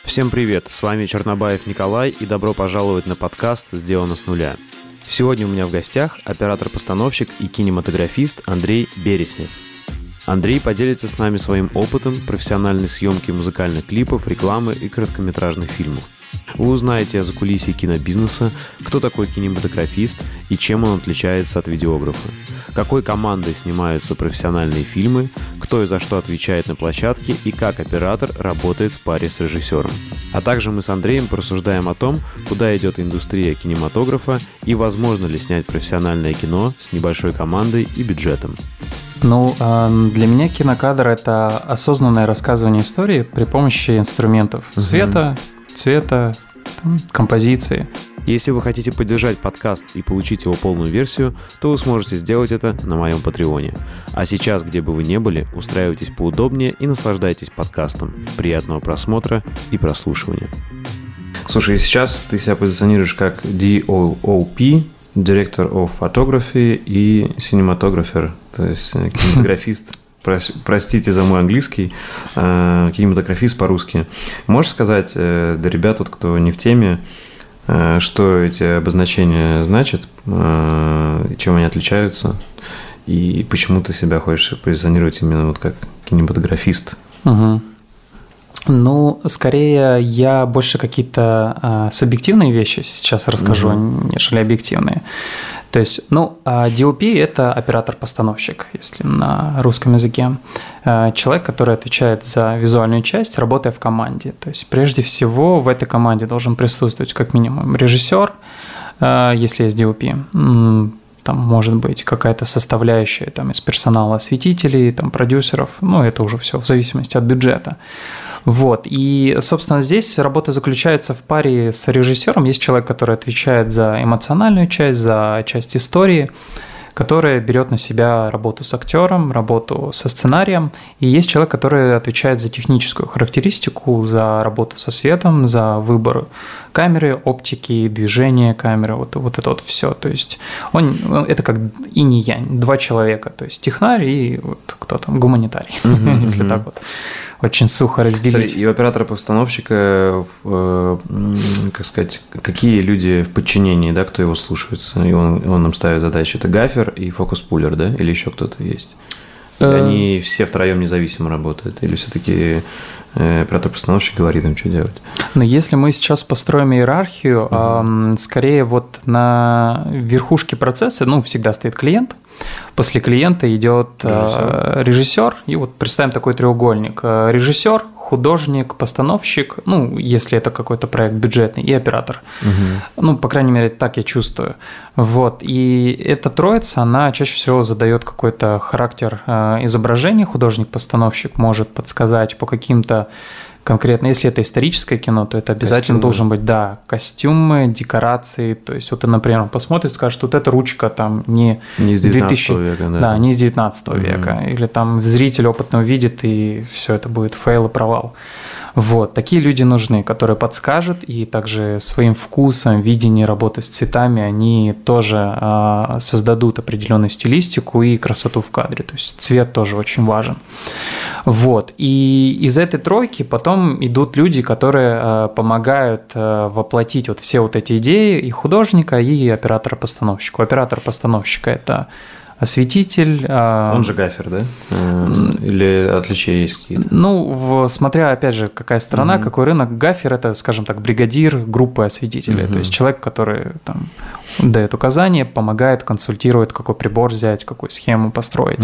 Всем привет, с вами Чернобаев Николай и добро пожаловать на подкаст «Сделано с нуля». Сегодня у меня в гостях оператор-постановщик и кинематографист Андрей Береснев. Андрей поделится с нами своим опытом профессиональной съемки музыкальных клипов, рекламы и короткометражных фильмов. Вы узнаете о закулисье кинобизнеса, кто такой кинематографист и чем он отличается от видеографа, какой командой снимаются профессиональные фильмы, кто и за что отвечает на площадке и как оператор работает в паре с режиссером. А также мы с Андреем порассуждаем о том, куда идет индустрия кинематографа и возможно ли снять профессиональное кино с небольшой командой и бюджетом. Для меня кинокадр — это осознанное рассказывание истории при помощи инструментов света, цвета, композиции. Если вы хотите поддержать подкаст и получить его полную версию, то вы сможете сделать это на моем Патреоне. А сейчас, где бы вы ни были, устраивайтесь поудобнее и наслаждайтесь подкастом. Приятного просмотра и прослушивания. Слушай, сейчас ты себя позиционируешь как DOP, Director of Photography и Cinematographer, то есть кинематографист. Простите за мой английский, кинематографист по-русски. Можешь сказать для ребят, кто не в теме, что эти обозначения значат, чем они отличаются, и почему ты себя хочешь позиционировать именно как кинематографист? Скорее, я больше какие-то субъективные вещи сейчас расскажу, нежели объективные. То есть, DOP – это оператор-постановщик, если на русском языке. Человек, который отвечает за визуальную часть, работая в команде. То есть, прежде всего, в этой команде должен присутствовать как минимум режиссер, если есть DOP. Там может быть какая-то составляющая из персонала осветителей, продюсеров. Это уже все в зависимости от бюджета. И, собственно, здесь работа заключается в паре с режиссером. Есть человек, который отвечает за эмоциональную часть, за часть истории, который берет на себя работу с актером, работу со сценарием. И есть человек, который отвечает за техническую характеристику, за работу со светом, за выбор камеры, оптики, движения камеры, вот это все. То есть это как инь и янь, два человека, то есть технарь и кто там, гуманитарий, если так вот очень сухо разделить. Смотри, и у оператора-постановщика, какие люди в подчинении, да, кто его слушается, и он нам ставит задачи, это гафер и фокус-пулер, да, или еще кто-то есть? И они все втроем независимо работают? Или все-таки оператор-постановщик говорит им, что делать? Если мы сейчас построим иерархию, скорее на верхушке процесса, всегда стоит клиент. После клиента идет режиссер. И представим такой треугольник. Режиссер, художник, постановщик, если это какой-то проект бюджетный, и оператор. По крайней мере, так я чувствую. И эта троица, она чаще всего задает какой-то характер изображения. Художник-постановщик может подсказать по каким-то конкретно, если это историческое кино, то это обязательно должен быть, костюмы, декорации. То есть, например, он посмотрит, скажет, эта ручка не из 19 века, да. Не из 19 века. Или зритель опытно увидит, и все это будет фейл и провал. Такие люди нужны, которые подскажут, и также своим вкусом, видением работы с цветами они тоже создадут определенную стилистику и красоту в кадре. То есть цвет тоже очень важен. И из этой тройки потом идут люди, которые помогают воплотить все эти идеи и художника, и оператора-постановщика. Оператор-постановщика – это осветитель. Он же гафер, да? Или отличия есть какие-то? Смотря, опять же, какая страна, какой рынок. Гафер – это, скажем так, бригадир группы осветителей. То есть человек, который дает указания, помогает, консультирует, какой прибор взять, какую схему построить.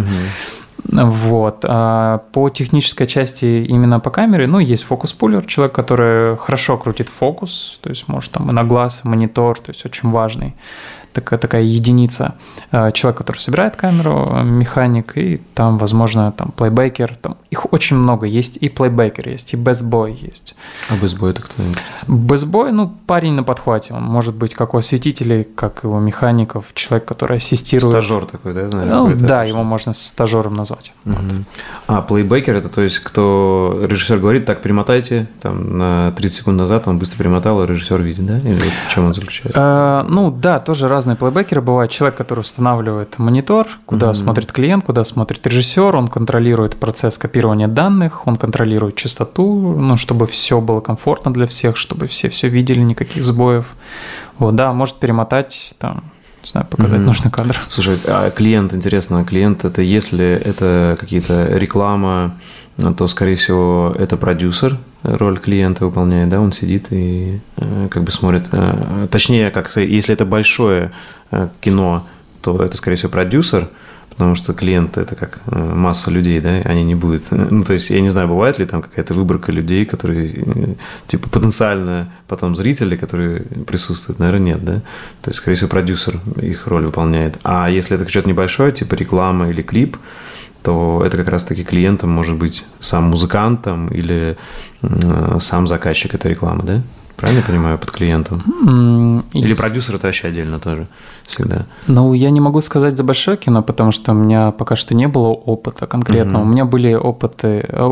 По технической части именно по камере, есть фокус-пулер, человек, который хорошо крутит фокус, то есть может и на глаз, монитор, то есть очень важный. Такая единица. Человек, который собирает камеру, механик, и возможно, плейбекер. Их очень много. Есть и плейбекер, есть и бестбой есть. А бестбой это кто? Бестбой, парень на подхвате. Он может быть как у осветителей, как и у механиков. Человек, который ассистирует. Стажер такой, да? Наверное, его можно стажером назвать. А плейбекер это, то есть, кто режиссер говорит, так, перемотайте, на 30 секунд назад он быстро перемотал, и режиссер видит, да? Или в чем он заключается? Тоже разные плейбекеры бывают. Человек, который устанавливает монитор, куда смотрит клиент, куда смотрит режиссер, он контролирует процесс копирования данных, он контролирует частоту, ну, чтобы все было комфортно для всех, чтобы все видели, никаких сбоев. Вот, да, может перемотать, там, не знаю, показать нужный кадр. Слушай, а клиент, интересно, клиент это если это какие-то реклама, то, скорее всего, это продюсер роль клиента выполняет, да, он сидит и как бы смотрит. Точнее, как если это большое кино, то это, скорее всего, продюсер, потому что клиент – это как масса людей, да, они не будут… Ну, то есть, я не знаю, бывает ли там какая-то выборка людей, которые, типа, потенциально потом зрители, которые присутствуют, наверное, нет, да? То есть, скорее всего, продюсер их роль выполняет. А если это что-то небольшое, типа реклама или клип, то это как раз-таки клиентом может быть сам музыкант там, или сам заказчик этой рекламы, да? Правильно я понимаю, под клиентом? Или продюсер это вообще отдельно тоже всегда? Ну, я не могу сказать за большое кино, потому что у меня пока что не было опыта конкретно. У меня был опыт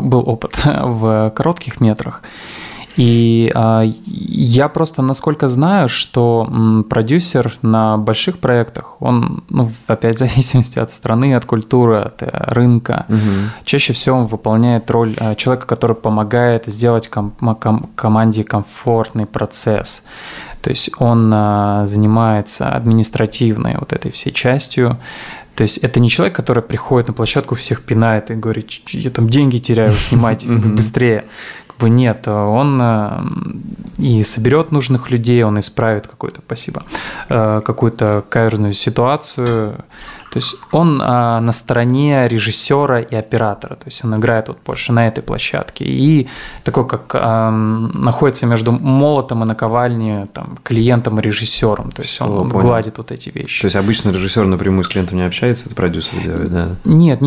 в коротких метрах. И я просто насколько знаю, что продюсер на больших проектах, он, ну, опять в зависимости от страны, от культуры, от рынка, чаще всего он выполняет роль человека, который помогает сделать команде комфортный процесс. То есть он занимается административной вот этой всей частью. То есть это не человек, который приходит на площадку, всех пинает и говорит: я там деньги теряю, снимайте быстрее. Нет, он и соберет нужных людей, он исправит какую-то каверзную ситуацию. То есть он на стороне режиссера и оператора, то есть он играет вот больше на этой площадке. И такой, как находится между молотом и наковальней, там, клиентом и режиссером, то есть он гладит вот эти вещи. То есть обычно режиссер напрямую с клиентом не общается, это продюсер делает, да? Нет,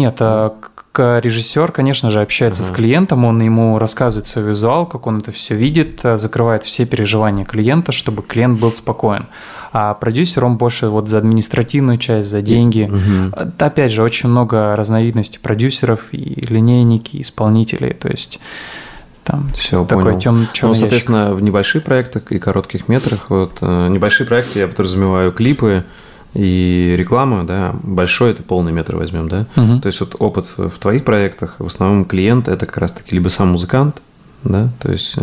режиссер, конечно же, общается с клиентом, он ему рассказывает свой визуал, как он это все видит, закрывает все переживания клиента, чтобы клиент был спокоен. А продюсер, он больше вот за административную часть, за деньги. Опять же, очень много разновидностей продюсеров, и линейники, и исполнителей, то есть там все, такой темный ящик. Соответственно, в небольших проектах и коротких метрах, вот небольшие проекты, я подразумеваю клипы и реклама, да, большой – это полный метр возьмем, да. То есть вот опыт в твоих проектах, в основном клиент – это как раз-таки либо сам музыкант, да, то есть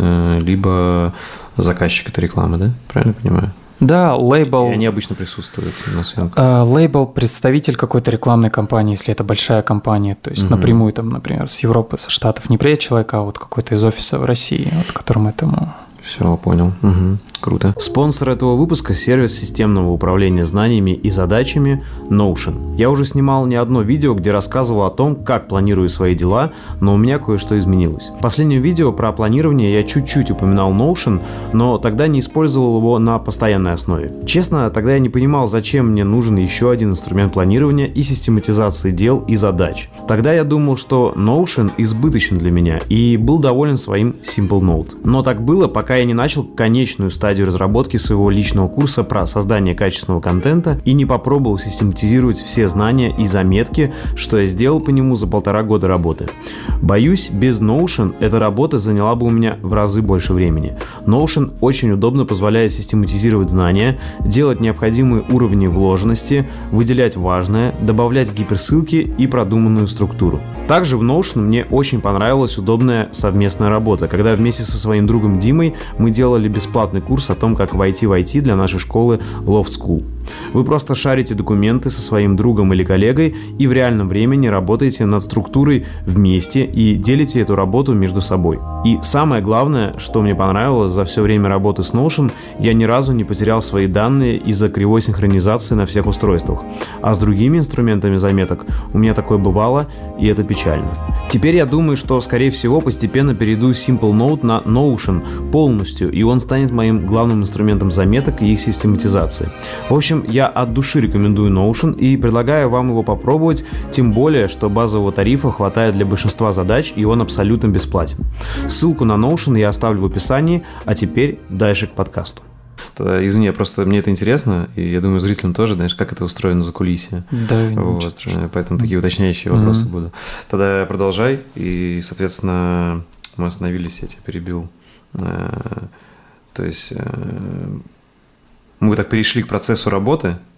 либо заказчик этой рекламы, да, правильно понимаю? Да, лейбл… И они обычно присутствуют на съемках. Лейбл – представитель какой-то рекламной компании, если это большая компания. То есть напрямую, там, например, с Европы, со Штатов не приедет человек, а вот какой-то из офиса в России, вот, которому этому… Все, понял. Круто. Спонсор этого выпуска – сервис системного управления знаниями и задачами Notion. Я уже снимал не одно видео, где рассказывал о том, как планирую свои дела, но у меня кое-что изменилось. В последнем видео про планирование я чуть-чуть упоминал Notion, но тогда не использовал его на постоянной основе. Честно, тогда я не понимал, зачем мне нужен еще один инструмент планирования и систематизации дел и задач. Тогда я думал, что Notion избыточен для меня и был доволен своим Simple Note. Но так было, пока я не начал конечную стадию разработки своего личного курса про создание качественного контента и не попробовал систематизировать все знания и заметки, что я сделал по нему за 1,5 года работы. Боюсь, без Notion эта работа заняла бы у меня в разы больше времени. Notion очень удобно позволяет систематизировать знания, делать необходимые уровни вложенности, выделять важное, добавлять гиперссылки и продуманную структуру. Также в Notion мне очень понравилась удобная совместная работа, когда вместе со своим другом Димой мы делали бесплатный курс о том, как войти в IT для нашей школы Loft School. Вы просто шарите документы со своим другом или коллегой и в реальном времени работаете над структурой вместе и делите эту работу между собой. И самое главное, что мне понравилось за все время работы с Notion, я ни разу не потерял свои данные из-за кривой синхронизации на всех устройствах. А с другими инструментами заметок у меня такое бывало, и это печально. Теперь я думаю, что, скорее всего, постепенно перейду с Simple Note на Notion полностью, и он станет моим главным инструментом заметок и их систематизации. В общем, я от души рекомендую Notion и предлагаю вам его попробовать, тем более, что базового тарифа хватает для большинства задач, и он абсолютно бесплатен. Ссылку на Notion я оставлю в описании, а теперь дальше к подкасту. Извини, просто мне это интересно, и я думаю, зрителям тоже, знаешь, как это устроено за кулисья. Да, вот, поэтому такие уточняющие вопросы будут. Тогда продолжай, и, соответственно, мы остановились, я тебя перебил. То есть мы так перешли к процессу работы,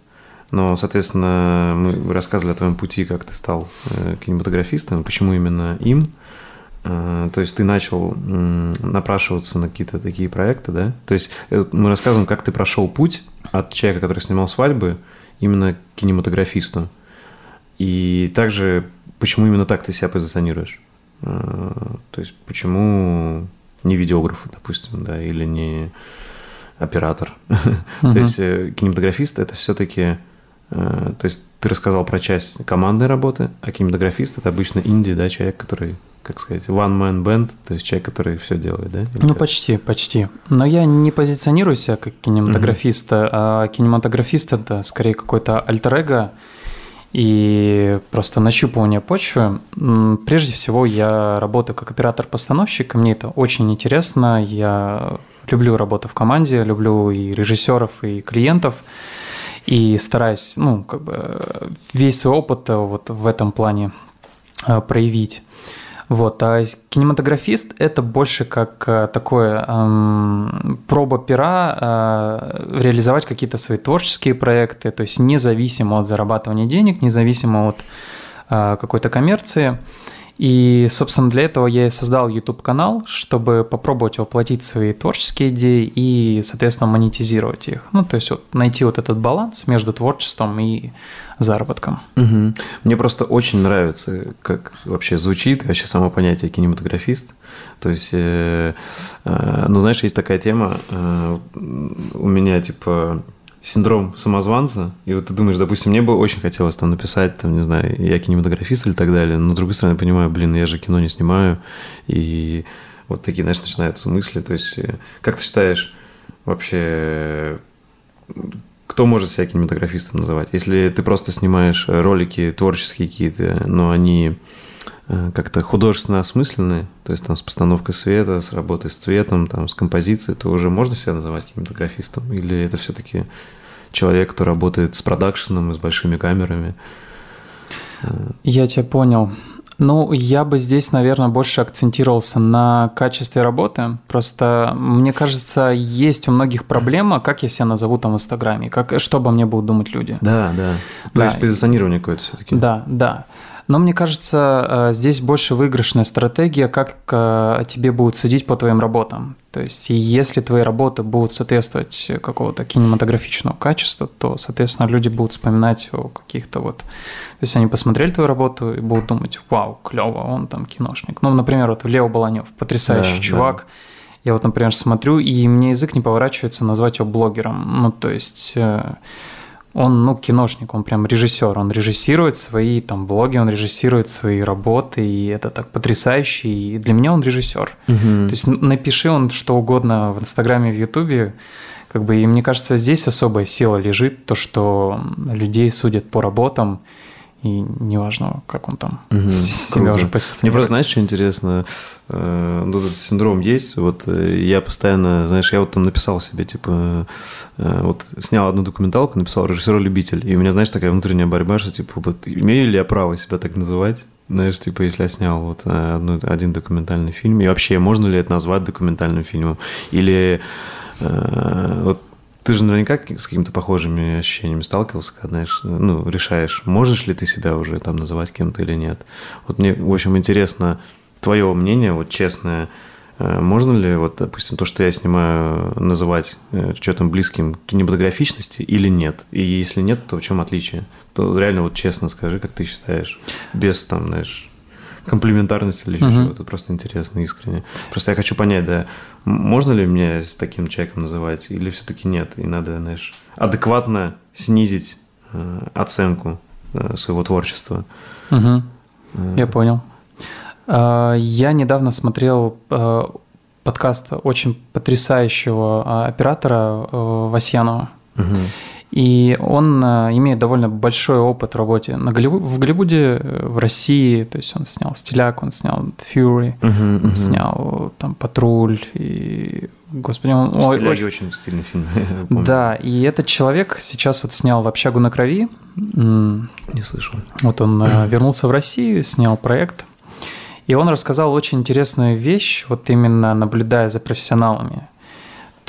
Но, соответственно, мы рассказывали о твоем пути, как ты стал кинематографистом, почему именно им. То есть ты начал напрашиваться на какие-то такие проекты, да? То есть мы рассказываем, как ты прошел путь от человека, который снимал свадьбы, именно к кинематографисту. И также, почему именно так ты себя позиционируешь? То есть почему не видеограф, допустим, да, или не оператор? То есть кинематографист – это все-таки… То есть ты рассказал про часть командной работы, а кинематографист – это обычно инди, да, человек, который, как сказать, one-man band, то есть человек, который все делает, да? Или почти. Но я не позиционирую себя как кинематографиста, а кинематографист – это скорее какой-то альтер-эго и просто нащупывание почвы. Прежде всего, я работаю как оператор-постановщик, мне это очень интересно, я люблю работу в команде, люблю и режиссеров, и клиентов. И стараюсь, весь свой опыт вот в этом плане проявить. Вот. А кинематографист – это больше как такое проба пера, реализовать какие-то свои творческие проекты, то есть независимо от зарабатывания денег, независимо от какой-то коммерции. И, собственно, для этого я и создал YouTube-канал, чтобы попробовать воплотить свои творческие идеи и, соответственно, монетизировать их. То есть найти вот этот баланс между творчеством и заработком. Угу. Мне просто очень нравится, как вообще звучит вообще само понятие кинематографист. То есть, знаешь, есть такая тема у меня, синдром самозванца, и вот ты думаешь, допустим, мне бы очень хотелось там написать, там, не знаю, я кинематографист или так далее, но с другой стороны, я понимаю, я же кино не снимаю, и вот такие, знаешь, начинаются мысли, то есть, как ты считаешь, вообще, кто может себя кинематографистом называть? Если ты просто снимаешь ролики творческие какие-то, но они как-то художественно осмысленные, то есть там с постановкой света, с работой с цветом, там, с композицией, то уже можно себя называть кинематографистом? Или это все-таки человек, кто работает с продакшеном и с большими камерами? Я тебя понял. Я бы здесь, наверное, больше акцентировался на качестве работы. Просто, мне кажется, есть у многих проблема, как я себя назову там в Инстаграме, что обо мне будут думать люди. Да. То есть позиционирование какое-то все-таки. Да. Но мне кажется, здесь больше выигрышная стратегия, как тебе будут судить по твоим работам. То есть, если твои работы будут соответствовать какого-то кинематографичного качества, то, соответственно, люди будут вспоминать о каких-то То есть, они посмотрели твою работу и будут думать, вау, клево, он там киношник. Например, Лео Баланёв, потрясающий чувак. Да. Я например, смотрю, и мне язык не поворачивается назвать его блогером. То есть… Он, киношник, он прям режиссер, он режиссирует свои там блоги, он режиссирует свои работы, и это так потрясающе, и для меня он режиссер. То есть напиши он что угодно в Инстаграме, в Ютубе, и мне кажется, здесь особая сила лежит, то, что людей судят по работам, и неважно, как он там себя уже позиционирует. Мне просто, знаешь, что интересно? Этот синдром есть. Я постоянно, знаешь, я там написал себе, снял одну документалку, написал режиссер-любитель. И у меня, знаешь, такая внутренняя борьба, что, имею ли я право себя так называть? Знаешь, если я снял один документальный фильм, и вообще, можно ли это назвать документальным фильмом? Или ты же наверняка с какими-то похожими ощущениями сталкивался, когда, знаешь, решаешь, можешь ли ты себя уже там называть кем-то или нет. Мне, в общем, интересно твое мнение, честное, можно ли, допустим, то, что я снимаю, называть что-то близким к кинематографичности или нет? И если нет, то в чем отличие? То реально честно скажи, как ты считаешь, без там, знаешь, комплиментарность или еще чего-то, просто интересно, искренне. Просто я хочу понять, да, можно ли меня с таким человеком называть, или все-таки нет, и надо, знаешь, адекватно снизить оценку своего творчества. Я понял. Я недавно смотрел подкаст очень потрясающего оператора Васьянова. И он имеет довольно большой опыт в работе в Голливуде, в России. То есть он снял «Стиляк», он снял «Fury», он снял там «Патруль». И, господи, «Стиляги» очень стильный фильм. Да, и этот человек сейчас снял «Общагу на крови». Не слышал. Он вернулся в Россию, снял проект. И он рассказал очень интересную вещь, именно наблюдая за профессионалами.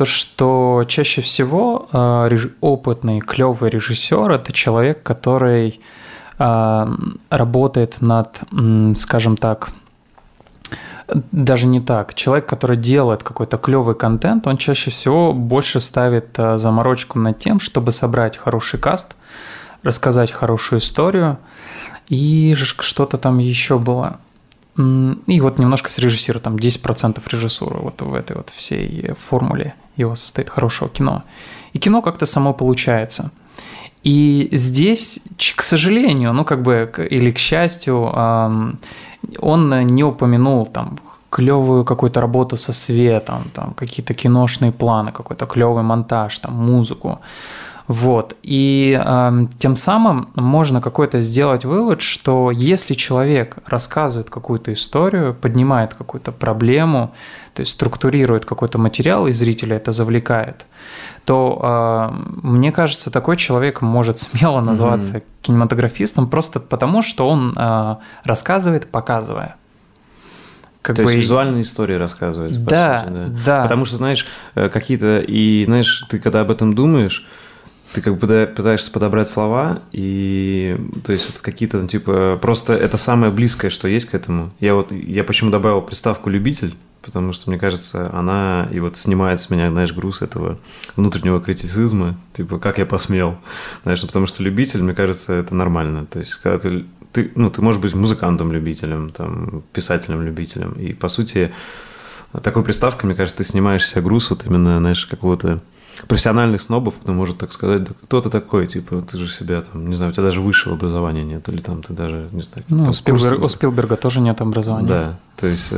то, что чаще всего опытный, клевый режиссер – это человек, который работает над, скажем так, даже не так. Человек, который делает какой-то клевый контент, он чаще всего больше ставит заморочку над тем, чтобы собрать хороший каст, рассказать хорошую историю, и что-то там еще было. И вот немножко срежиссировать, там 10% режиссуры вот в этой вот всей формуле его состоит хорошего кино. И кино как-то само получается. И здесь, к сожалению, или к счастью, он не упомянул там клевую какую-то работу со светом, там какие-то киношные планы, какой-то клевый монтаж, там музыку. Вот. И тем самым можно какой-то сделать вывод, что если человек рассказывает какую-то историю, поднимает какую-то проблему, то есть структурирует какой-то материал, и зрителя это завлекает, то, мне кажется, такой человек может смело называться кинематографистом просто потому, что он рассказывает, показывая. То есть визуальные истории рассказывает. Да, по сути, да. Потому что, знаешь, ты когда об этом думаешь, ты как бы пытаешься подобрать слова, и то есть вот какие-то там, типа, просто это самое близкое, что есть к этому. Я почему добавил приставку «любитель», потому что, мне кажется, она и вот снимает с меня, знаешь, груз этого внутреннего критицизма, типа, как я посмел, знаешь, потому что любитель, мне кажется, это нормально. То есть, когда ты можешь быть музыкантом-любителем, там, писателем-любителем, и, по сути, такой приставкой, мне кажется, ты снимаешь с себя груз вот именно, знаешь, какого-то профессиональных снобов, кто может так сказать, да кто ты такой, типа, ты же себя там, не знаю, у тебя даже высшего образования нет, или там ты даже, не знаю... Ну, у Спилберга тоже нет образования. Да, то есть...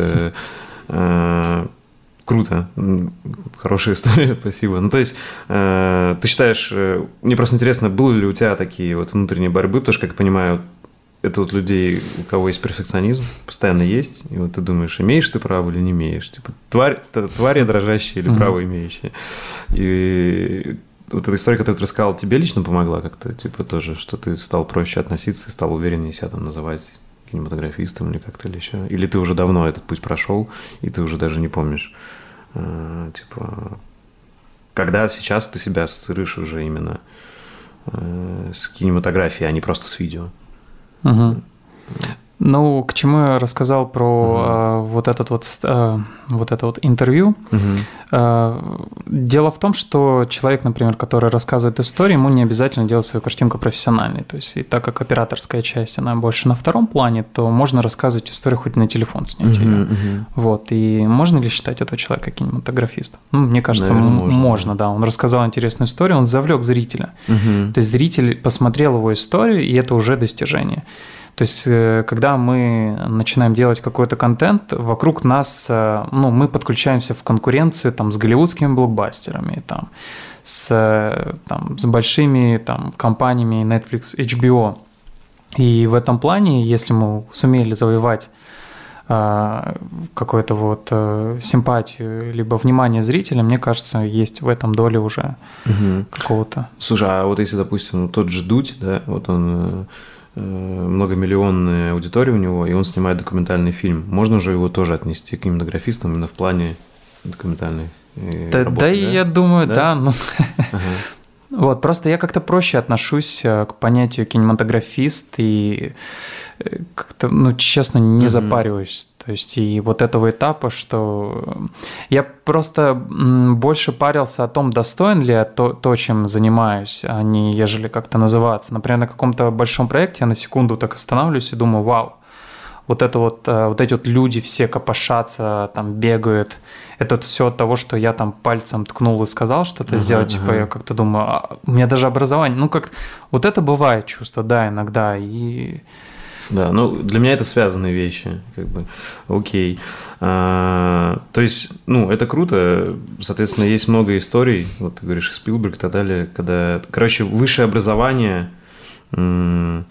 Круто, хорошая история, спасибо. Ну, то есть, ты считаешь, мне просто интересно, были ли у тебя такие вот внутренние борьбы, потому что, как я понимаю, это вот людей, у кого есть перфекционизм, постоянно есть, и вот ты думаешь, имеешь ты право или не имеешь, типа, тварь дрожащая или право имеющая. И вот эта история, которую ты рассказал, тебе лично помогла как-то, типа, тоже, что ты стал проще относиться и стал увереннее себя там называть кинематографистом или как-то или еще? Или ты уже давно этот путь прошел, и ты уже даже не помнишь, типа, когда сейчас ты себя ассоциируешь уже именно с кинематографией, а не просто с видео? Угу. Ну, к чему я рассказал про вот это вот интервью. Дело в том, что человек, например, который рассказывает историю, ему не обязательно делать свою картинку профессиональной. То есть, и так как операторская часть, она больше на втором плане, то можно рассказывать историю хоть на телефон снять ее. Вот. И можно ли считать этого человека кинематографистом? Ну, мне кажется, наверное, можно, да. Он рассказал интересную историю, он завлек зрителя. То есть, зритель посмотрел его историю, и это уже достижение. То есть, когда мы начинаем делать какой-то контент, вокруг нас, мы подключаемся в конкуренцию там, с голливудскими блокбастерами, там, с большими там, компаниями Netflix, HBO. И в этом плане, если мы сумели завоевать какую-то вот симпатию либо внимание зрителя, мне кажется, есть в этом доля уже какого-то. Слушай, а вот если, допустим, тот же Дудь, да, вот он... многомиллионная аудитория у него, и он снимает документальный фильм. Можно же его тоже отнести к кинематографистам именно в плане документальной работы? Да, я думаю, да. Вот, просто я как-то проще отношусь к понятию кинематографист и как-то, честно, не запариваюсь. То есть и вот этого этапа, что я просто больше парился о том, достоин ли я то, чем занимаюсь, а не ежели как-то называться. Например, на каком-то большом проекте я на секунду так останавливаюсь и думаю, вау, вот эти вот люди все копошатся, там бегают. Это все от того, что я там пальцем ткнул и сказал что-то сделать. Типа я как-то думаю, у меня даже образование. Вот это бывает чувство, да, иногда. И... Да, для меня это связанные вещи, как бы, окей. То есть, это круто, соответственно, есть много историй, вот ты говоришь, Спилберг и так далее, когда, высшее образование, там,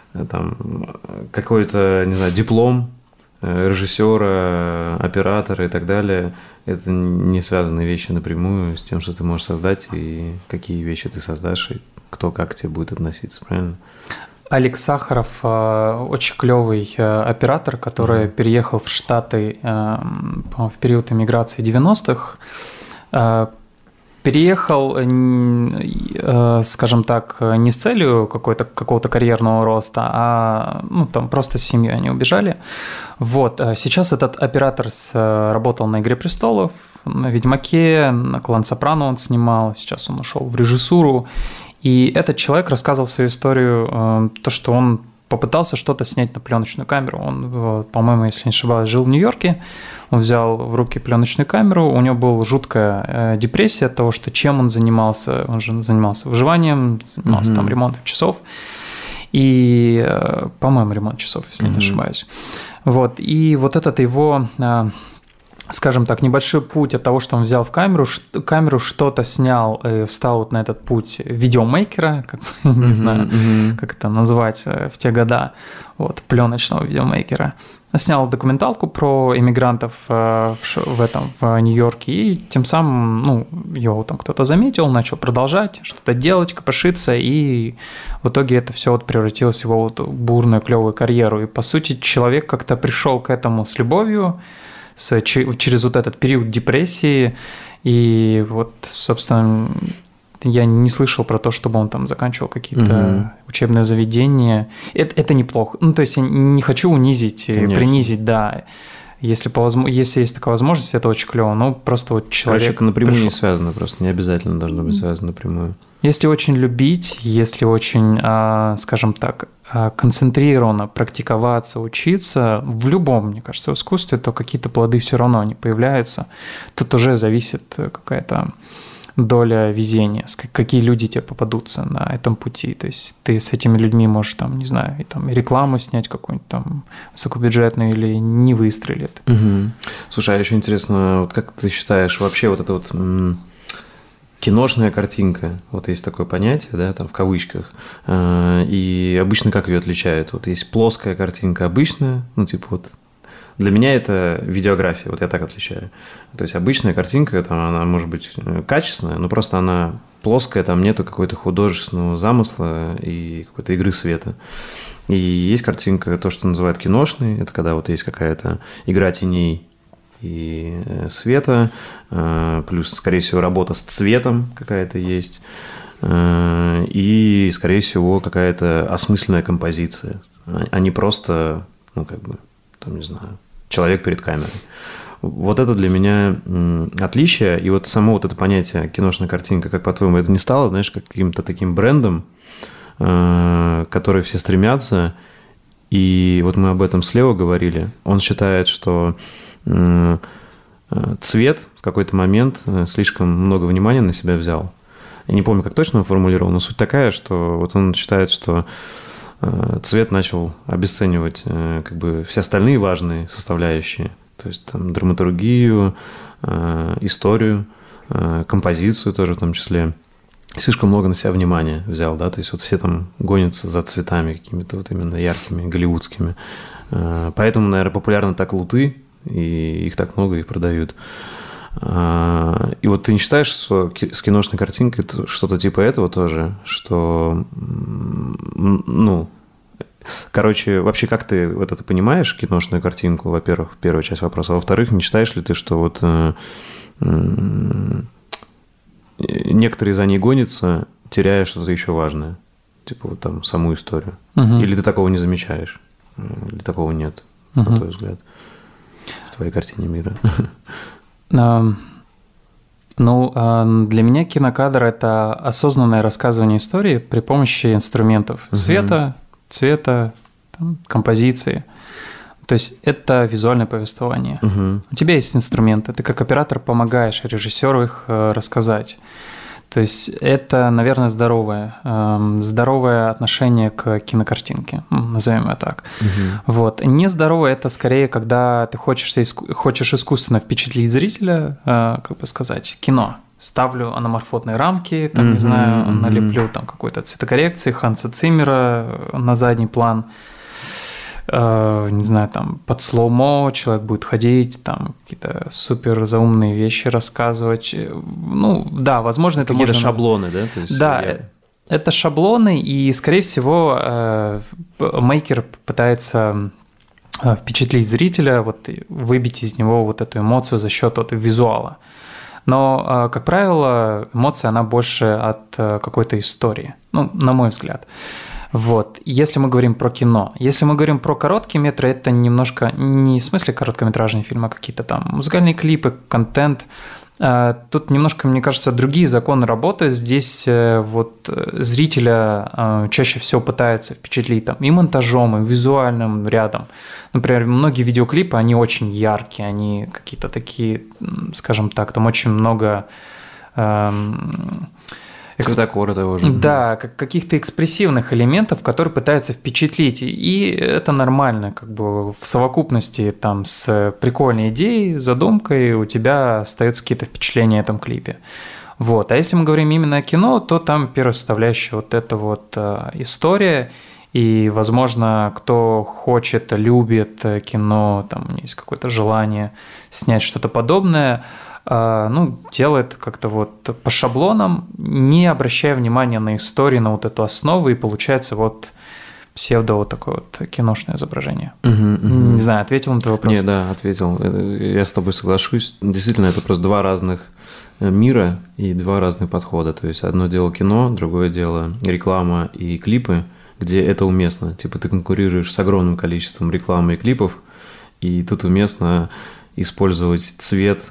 какой-то, не знаю, диплом режиссера, оператора и так далее, это не связанные вещи напрямую с тем, что ты можешь создать и какие вещи ты создашь, и кто как к тебе будет относиться, правильно? Алекс Сахаров очень клевый оператор, который переехал в Штаты в период эмиграции 90-х. переехал, скажем так, не с целью какого-то карьерного роста, а там просто с семьей они убежали. Вот. Сейчас этот оператор работал на «Игре престолов», на «Ведьмаке», на «Клан Сопрано» он снимал, сейчас он ушел в режиссуру. И этот человек рассказывал свою историю, то, что он попытался что-то снять на пленочную камеру. Он, по-моему, если не ошибаюсь, жил в Нью-Йорке. Он взял в руки пленочную камеру. У него была жуткая депрессия от того, что чем он занимался. Он же занимался выживанием, занимался там ремонтом часов. И, по-моему, ремонт часов, если не ошибаюсь. Вот. И вот этот его, скажем так, небольшой путь от того, что он взял в камеру что-то снял, встал вот на этот путь видеомейкера, не знаю, как это назвать в те года, вот, пленочного видеомейкера. Снял документалку про иммигрантов в Нью-Йорке, и тем самым, его там кто-то заметил, начал продолжать что-то делать, копошиться, и в итоге это все вот превратилось в его вот бурную, клевую карьеру. И, по сути, человек как-то пришел к этому с любовью, через вот этот период депрессии, и вот, собственно, я не слышал про то, чтобы он там заканчивал какие-то учебные заведения. Это неплохо. То есть я не хочу унизить, конечно, принизить, да. Если есть такая возможность, это очень клево. Но просто вот человек... Короче, это напрямую не связано, просто не обязательно должно быть связано напрямую. Если очень любить, если очень, скажем так, концентрированно практиковаться, учиться в любом, мне кажется, искусстве, то какие-то плоды все равно не появляются. Тут уже зависит какая-то доля везения, какие люди тебе попадутся на этом пути. То есть ты с этими людьми можешь, там, не знаю, и рекламу снять какую-нибудь там высокобюджетную или не выстрелит. Слушай, а еще интересно, вот как ты считаешь, вообще вот это вот киношная картинка, вот есть такое понятие, да, там в кавычках, и обычно как ее отличают? Вот есть плоская картинка обычная, вот для меня это видеография, вот я так отличаю. То есть обычная картинка, там она может быть качественная, но просто она плоская, там нету какого-то художественного замысла и какой-то игры света. И есть картинка, то, что называют киношной, это когда вот есть какая-то игра теней и света, плюс, скорее всего, работа с цветом какая-то есть, и, скорее всего, какая-то осмысленная композиция, а не просто, не знаю, человек перед камерой. Вот это для меня отличие, и вот само вот это понятие киношная картинка, как по-твоему, это не стало, знаешь, каким-то таким брендом, к который все стремятся, и вот мы об этом слева говорили, он считает, что цвет в какой-то момент слишком много внимания на себя взял. Я не помню, как точно он формулировал, но суть такая, что вот он считает, что цвет начал обесценивать все остальные важные составляющие, то есть там драматургию, историю, композицию тоже в том числе. Слишком много на себя внимания взял, да, то есть вот все там гонятся за цветами какими-то вот именно яркими, голливудскими. Поэтому, наверное, популярны так луты, и их так много, их продают. И вот ты не считаешь, что с киношной картинкой что-то типа этого тоже, что, вообще, как ты вот это понимаешь, киношную картинку, во-первых, первая часть вопроса, а во-вторых, не считаешь ли ты, что вот некоторые за ней гонятся, теряя что-то еще важное, типа вот там саму историю? Или ты такого не замечаешь? Или такого нет, на твой взгляд, в твоей картине мира? Для меня кинокадр – это осознанное рассказывание истории при помощи инструментов света, цвета, композиции. То есть это визуальное повествование. У тебя есть инструменты, ты как оператор помогаешь режиссеру их рассказать. То есть это, наверное, здоровое отношение к кинокартинке, назовем это так. Вот. Нездоровое – это скорее, когда ты хочешь искусственно впечатлить зрителя, кино. Ставлю аноморфотные рамки, не знаю, налеплю там какой-то цветокоррекции, Ханса Циммера на задний план. Не знаю, там под слоумо человек будет ходить, там какие-то супер заумные вещи рассказывать. Да, возможно, это какие-то можно... шаблоны, да? То есть это шаблоны, и, скорее всего, мейкер пытается впечатлить зрителя, выбить из него вот эту эмоцию за счет визуала. Но, как правило, эмоция, она больше от какой-то истории, ну, на мой взгляд. Вот, если мы говорим про кино. Если мы говорим про короткие метры, это немножко не в смысле короткометражные фильмы, а какие-то там музыкальные клипы, контент. Тут немножко, мне кажется, другие законы работы. Здесь вот зрителя чаще всего пытается впечатлить там и монтажом, и визуальным рядом. Например, многие видеоклипы, они очень яркие, они какие-то такие, скажем так, там очень много... Цветокора того же. Да, каких-то экспрессивных элементов, которые пытаются впечатлить. И это нормально, как бы в совокупности там с прикольной идеей, задумкой у тебя остаются какие-то впечатления о этом клипе. Вот. А если мы говорим именно о кино, то там первая составляющая вот эта вот история. И, возможно, кто хочет, любит кино, там у него есть какое-то желание снять что-то подобное, ну, делает как-то вот по шаблонам, не обращая внимания на историю, на вот эту основу, и получается вот псевдо вот такое вот киношное изображение. Не знаю, ответил на твой вопрос? Нет, да, ответил. Я с тобой соглашусь. Действительно, это просто два разных мира и два разных подхода. То есть одно дело кино, другое дело реклама и клипы, где это уместно. Типа ты конкурируешь с огромным количеством рекламы и клипов, и тут уместно использовать цвет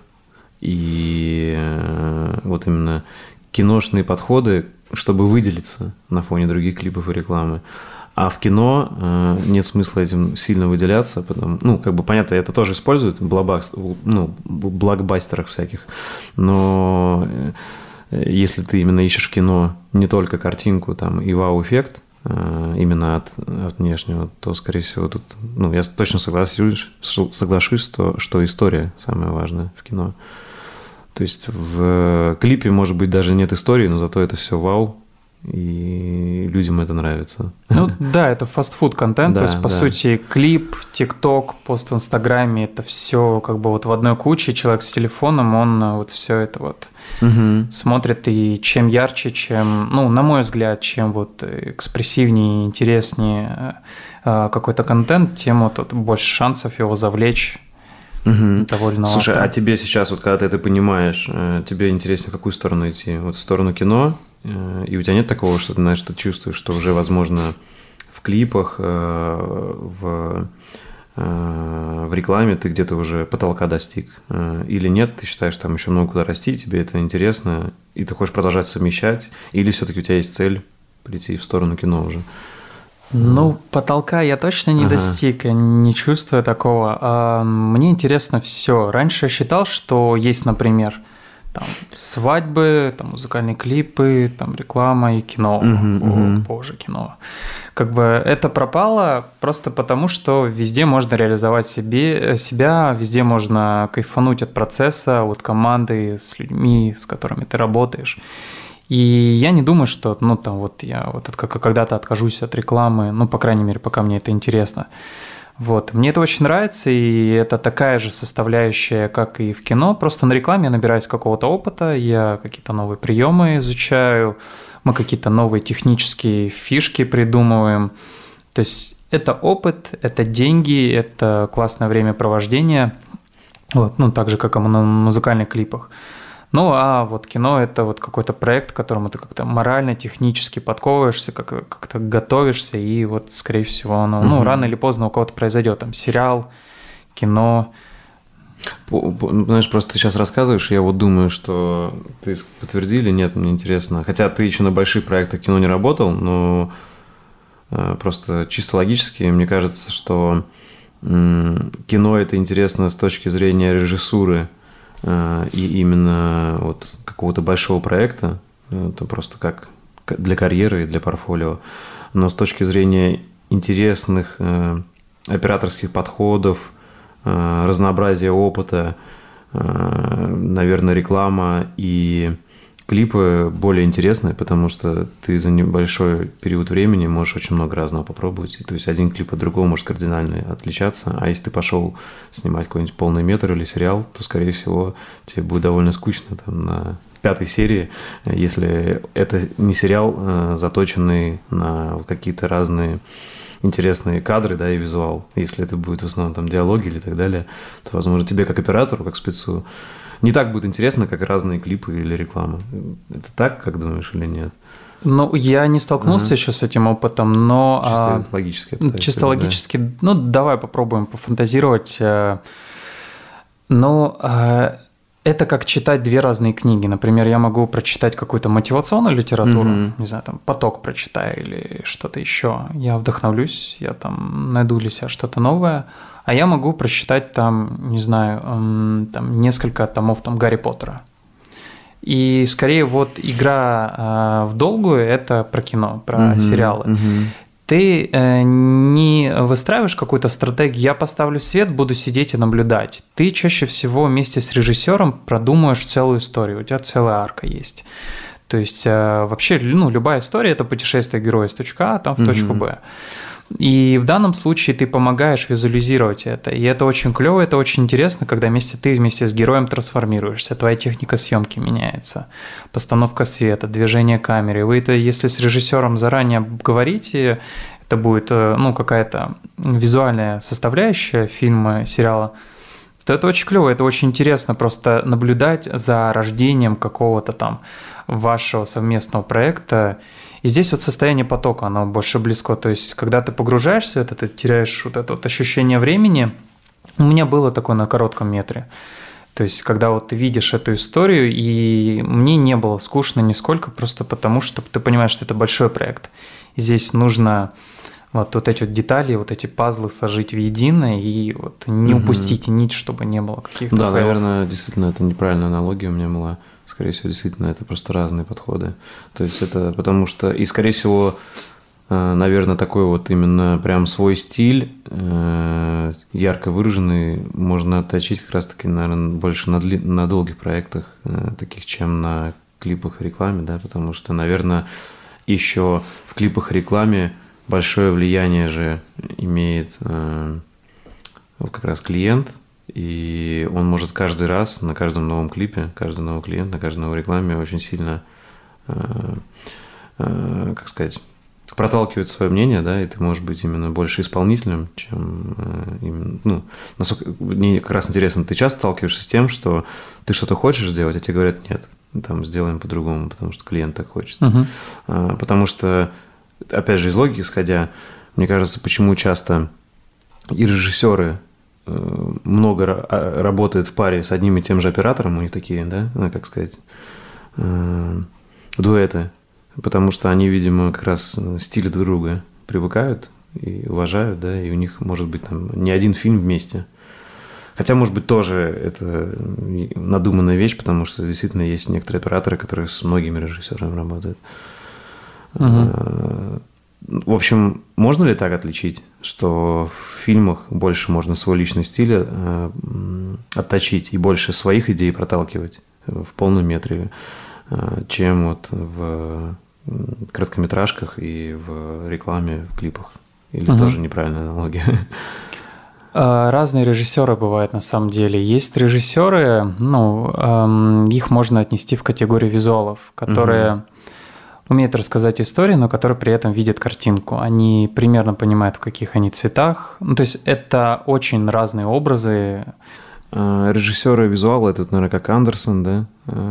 и вот именно киношные подходы, чтобы выделиться на фоне других клипов и рекламы. А в кино нет смысла этим сильно выделяться, потому, ну, как бы понятно, это тоже используют в блокбастерах всяких, но если ты именно ищешь в кино не только картинку там и вау-эффект, именно от внешнего, то, скорее всего, тут, ну, я точно соглашусь, что история самая важная в кино. То есть в клипе, может быть, даже нет истории, но зато это все вау, и людям это нравится. Ну да, это фастфуд-контент, то есть, по сути, клип, ТикТок, пост в Инстаграме, это все как бы вот в одной куче, человек с телефоном, он вот все это вот смотрит, и чем ярче, чем, ну, на мой взгляд, чем вот экспрессивнее, интереснее какой-то контент, тем вот больше шансов его завлечь. Того или иного. Слушай, автора. А тебе сейчас, вот когда ты это понимаешь, тебе интереснее в какую сторону идти? Вот в сторону кино? И у тебя нет такого, что ты, знаешь, ты чувствуешь, что уже, возможно, в клипах, в рекламе ты где-то уже потолка достиг? Или нет, ты считаешь, там еще много куда расти, тебе это интересно, и ты хочешь продолжать совмещать? Или все-таки у тебя есть цель прийти в сторону кино уже? Ну, потолка я точно не достиг, я не чувствую такого. Мне интересно все. Раньше я считал, что есть, например, там, свадьбы, там, музыкальные клипы, там, реклама и кино. Боже, кино. Как бы это пропало просто потому, что везде можно реализовать себя, везде можно кайфануть от процесса, от команды, с людьми, с которыми ты работаешь. И я не думаю, что, ну, там, вот я вот когда-то откажусь от рекламы, ну, по крайней мере, пока мне это интересно. Вот. Мне это очень нравится, и это такая же составляющая, как и в кино. Просто на рекламе я набираюсь какого-то опыта, я какие-то новые приемы изучаю, мы какие-то новые технические фишки придумываем. То есть это опыт, это деньги, это классное времяпровождение, вот, ну, так же, как и на музыкальных клипах. Ну, а вот кино – это вот какой-то проект, к которому ты как-то морально, технически подковываешься, как-то готовишься, и вот, скорее всего, оно, ну, рано или поздно у кого-то произойдет, там, сериал, кино. Знаешь, просто ты сейчас рассказываешь, я вот думаю, что ты подтвердили, нет, мне интересно. Хотя ты еще на больших проектах кино не работал, но просто чисто логически мне кажется, что кино – это интересно с точки зрения режиссуры, и именно вот какого-то большого проекта, это просто как для карьеры и для портфолио, но с точки зрения интересных операторских подходов, разнообразия опыта, наверное, реклама и клипы более интересные, потому что ты за небольшой период времени можешь очень много разного попробовать. То есть один клип от другого может кардинально отличаться. А если ты пошел снимать какой-нибудь полный метр или сериал, то, скорее всего, тебе будет довольно скучно там, на 5-й серии, если это не сериал, заточенный на какие-то разные интересные кадры, да, и визуал. Если это будет в основном там диалоги или так далее, то, возможно, тебе как оператору, как спецу, Не так будет интересно, как разные клипы или реклама. Это так, как думаешь, или нет? Ну, я не столкнулся еще с этим опытом, но... Чисто логически. Чисто логически. Да. Ну, давай попробуем пофантазировать. Ну, это как читать две разные книги. Например, я могу прочитать какую-то мотивационную литературу, не знаю, там «Поток» прочитаю или что-то еще. Я вдохновлюсь, я там найду для себя что-то новое. А я могу прочитать там, не знаю, там несколько томов там Гарри Поттера. И скорее вот игра в долгую – это про кино, про сериалы. Ты не выстраиваешь какую-то стратегию, я поставлю свет, буду сидеть и наблюдать. Ты чаще всего вместе с режиссером продумаешь целую историю, у тебя целая арка есть. То есть вообще любая история – это путешествие героя с точки А там, в точку Б. И в данном случае ты помогаешь визуализировать это. И это очень клево, это очень интересно, когда ты вместе с героем трансформируешься, твоя техника съемки меняется, постановка света, движение камеры. Вы это, если с режиссером заранее говорите, это будет какая-то визуальная составляющая фильма, сериала, то это очень клево, это очень интересно просто наблюдать за рождением какого-то там вашего совместного проекта. И здесь вот состояние потока, оно больше близко. То есть, когда ты погружаешься в это, ты теряешь вот это вот ощущение времени. У меня было такое на коротком метре. То есть, когда вот ты видишь эту историю, и мне не было скучно нисколько, просто потому что ты понимаешь, что это большой проект. И здесь нужно вот эти вот детали, вот эти пазлы сложить в единое и вот не упустить нить, чтобы не было каких-то Да, фейлов. наверное, действительно, это неправильная аналогия у меня была. Скорее всего, действительно, это просто разные подходы. То есть это потому что... И, скорее всего, наверное, такой вот именно прям свой стиль, ярко выраженный, можно отточить как раз-таки, наверное, больше на долгих проектах, таких, чем на клипах и рекламе, да, потому что, наверное, еще в клипах и рекламе большое влияние же имеет как раз клиент, и он может каждый раз на каждом новом клипе, каждый новый клиент, на каждой новой рекламе очень сильно, как сказать, проталкивать свое мнение, да, и ты можешь быть именно больше исполнителем, чем именно, насколько, мне как раз интересно, ты часто сталкиваешься с тем, что ты что-то хочешь сделать, а тебе говорят нет, там сделаем по-другому, потому что клиент так хочет. Потому что, опять же, из логики исходя, мне кажется, почему часто и режиссеры много работают в паре с одним и тем же оператором, у них такие, да, как сказать, дуэты, потому что они, видимо, как раз стили друг друга привыкают и уважают, да, и у них может быть там не один фильм вместе. Хотя, может быть, тоже это надуманная вещь, потому что действительно есть некоторые операторы, которые с многими режиссерами работают. В общем, можно ли так отличить, что в фильмах больше можно свой личный стиль отточить и больше своих идей проталкивать в полном метре, чем вот в короткометражках и в рекламе, в клипах? Или тоже неправильная аналогия? Разные режиссеры бывают на самом деле. Есть режиссеры, их можно отнести в категорию визуалов, которые умеют рассказать историю, но которые при этом видят картинку. Они примерно понимают, в каких они цветах. То есть это очень разные образы. Режиссеры визуала – это, наверное, как Андерсон, да?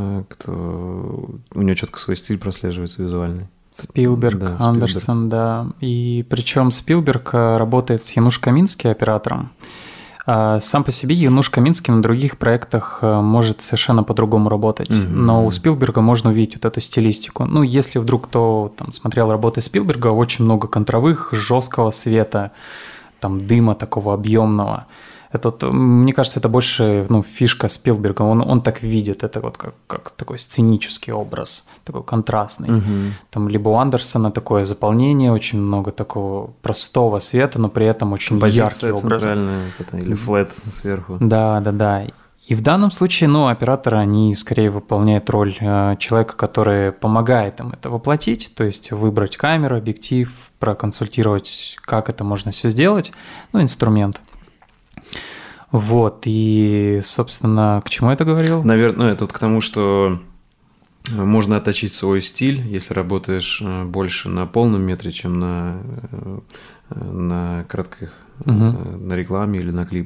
У него четко свой стиль прослеживается визуальный. Спилберг, да, Андерсон, да. И причем Спилберг работает с Януш Камински оператором. Сам по себе Януш Камински на других проектах может совершенно по-другому работать, но у Спилберга можно увидеть вот эту стилистику. Если вдруг кто там смотрел работы Спилберга, очень много контровых, жесткого света, там дыма такого объемного. Это, мне кажется, это больше фишка Спилберга. Он так видит, это вот как такой сценический образ, такой контрастный. Там либо у Андерсона такое заполнение, очень много такого простого света, но при этом очень яркий образ. Центральная или флэт сверху. Да. И в данном случае, операторы, они скорее выполняют роль человека, который помогает им это воплотить, то есть выбрать камеру, объектив, проконсультировать, как это можно все сделать, инструмент. Вот, и, собственно, к чему я это говорил? Наверное, это к тому, что можно отточить свой стиль, если работаешь больше на полном метре, чем на коротких, на рекламе или на клипах.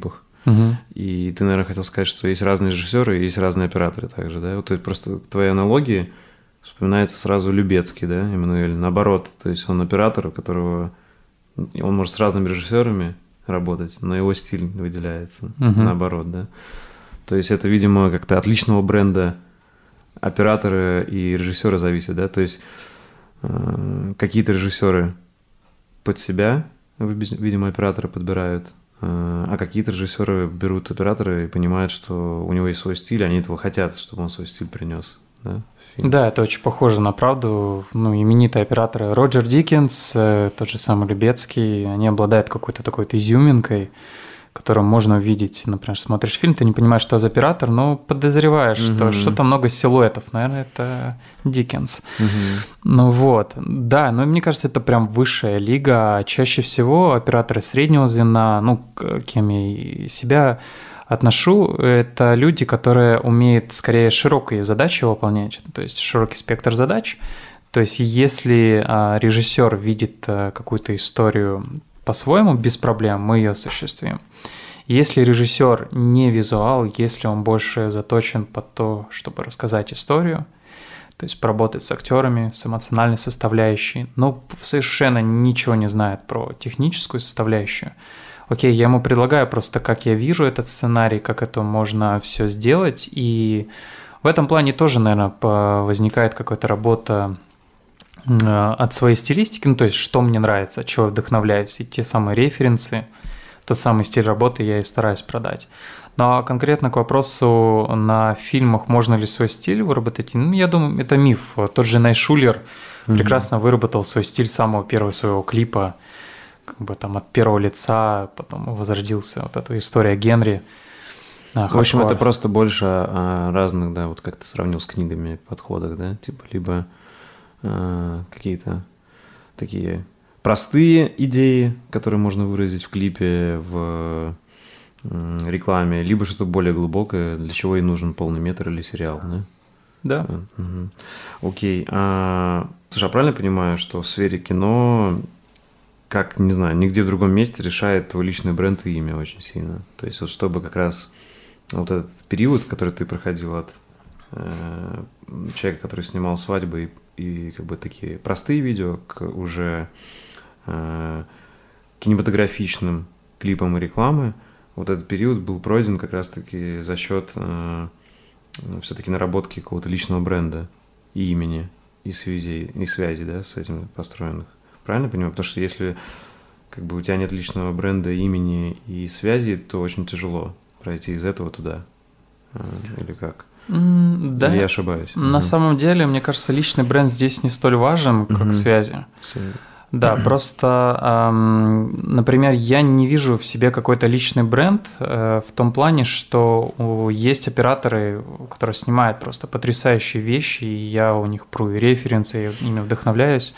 И ты, наверное, хотел сказать, что есть разные режиссеры и есть разные операторы также, да? Вот то есть просто твои аналогии вспоминается сразу Любецкий, да, Эммануэль, наоборот, то есть он оператор, у которого он может с разными режиссерами работать, но его стиль выделяется, наоборот, да. То есть это, видимо, как-то от личного бренда оператора и режиссера зависит, да, то есть какие-то режиссеры под себя, видимо, операторы подбирают, а какие-то режиссеры берут оператора и понимают, что у него есть свой стиль, они этого хотят, чтобы он свой стиль принес, да. Да, это очень похоже на правду. Ну, именитые операторы Роджер Диккенс, тот же самый Любецкий, они обладают какой-то такой-то изюминкой, которую можно увидеть. Например, смотришь фильм, ты не понимаешь, что за оператор, но подозреваешь, что что-то много силуэтов. Наверное, это Диккенс. Ну вот, да, но мне кажется, это прям высшая лига. Чаще всего операторы среднего звена, ну, к кем я и себя отношу, это люди, которые умеют скорее широкие задачи выполнять, то есть широкий спектр задач. То есть если режиссер видит какую-то историю по-своему, без проблем, мы ее осуществим. Если режиссер не визуал, если он больше заточен под то, чтобы рассказать историю, то есть поработать с актерами, с эмоциональной составляющей, но совершенно ничего не знает про техническую составляющую, окей, я ему предлагаю просто, как я вижу этот сценарий, как это можно все сделать, и в этом плане тоже, наверное, возникает какая-то работа от своей стилистики, ну, то есть что мне нравится, от чего я вдохновляюсь, и те самые референсы, тот самый стиль работы я и стараюсь продать. Но конкретно к вопросу, на фильмах можно ли свой стиль выработать, ну, я думаю, это миф. Тот же Найшулер прекрасно выработал свой стиль с самого первого своего клипа, как бы там от первого лица, потом возродился вот эта история Генри. В общем, это просто больше о разных, да, вот как ты сравнил с книгами, подходах, да, типа либо какие-то такие простые идеи, которые можно выразить в клипе, в рекламе, либо что-то более глубокое, для чего и нужен полный метр или сериал, да? Да. Окей. Слушай, я правильно понимаю, что в сфере кино, как, не знаю, нигде в другом месте решает твой личный бренд и имя очень сильно? То есть вот чтобы как раз вот этот период, который ты проходил от человека, который снимал свадьбы и как бы такие простые видео, к уже кинематографичным клипам и рекламы, вот этот период был пройден как раз-таки за счет все-таки наработки какого-то личного бренда и имени, и связи, да, с этим построенных. Правильно понимаю? Потому что если как бы у тебя нет личного бренда, имени и связи, то очень тяжело пройти из этого туда. Или как? Да. Или я ошибаюсь? На самом деле, мне кажется, личный бренд здесь не столь важен, как связи. Да, просто, например, я не вижу в себе какой-то личный бренд в том плане, что есть операторы, которые снимают просто потрясающие вещи, и я у них пру и референсы, и ими вдохновляюсь.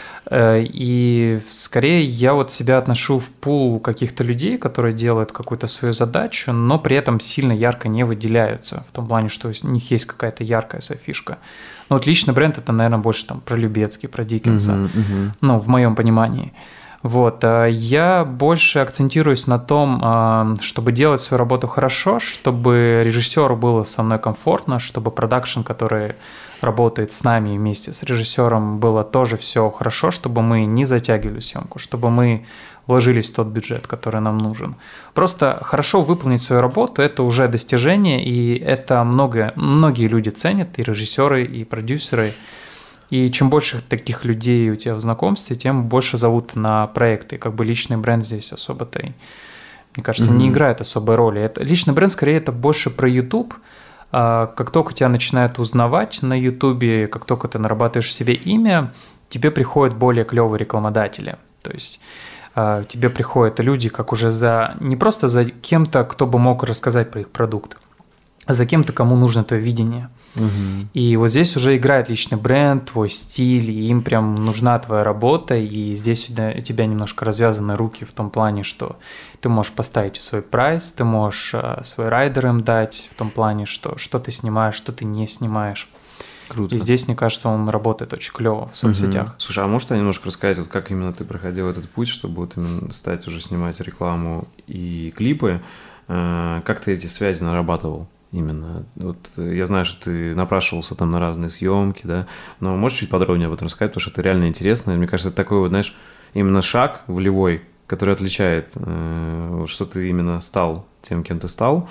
И скорее я вот себя отношу в пул каких-то людей, которые делают какую-то свою задачу, но при этом сильно ярко не выделяются, в том плане, что у них есть какая-то яркая своя фишка. Но вот личный бренд – это, наверное, больше там про Любецкий, про Диккенса, ну, в моем понимании. Вот, я больше акцентируюсь на том, чтобы делать свою работу хорошо, чтобы режиссеру было со мной комфортно, чтобы продакшн, который работает с нами вместе с режиссером, было тоже все хорошо, чтобы мы не затягивали съемку, чтобы мы вложились в тот бюджет, который нам нужен. Просто хорошо выполнить свою работу – это уже достижение, и это многие люди ценят, и режиссеры, и продюсеры. И чем больше таких людей у тебя в знакомстве, тем больше зовут на проекты. Как бы личный бренд здесь особо-то, мне кажется, не играет особой роли. Личный бренд, скорее, это больше про YouTube. Как только тебя начинают узнавать на YouTube, как только ты нарабатываешь себе имя, тебе приходят более клевые рекламодатели. То есть тебе приходят люди как уже не просто за кем-то, кто бы мог рассказать про их продукт, а за кем-то, кому нужно твое видение. И вот здесь уже играет личный бренд, твой стиль, и им прям нужна твоя работа, и здесь у тебя немножко развязаны руки в том плане, что ты можешь поставить свой прайс, ты можешь свой райдер им дать в том плане, что ты снимаешь, что ты не снимаешь. Круто. И здесь, мне кажется, он работает очень клево в соцсетях. Слушай, а можешь немножко рассказать, вот как именно ты проходил этот путь, чтобы вот именно стать уже снимать рекламу и клипы? как ты эти связи нарабатывал именно? Вот я знаю, что ты напрашивался там на разные съемки, да, но можешь чуть подробнее об этом рассказать, потому что это реально интересно. Мне кажется, это такой вот, знаешь, именно шаг волевой, который отличает, что ты именно стал тем, кем ты стал,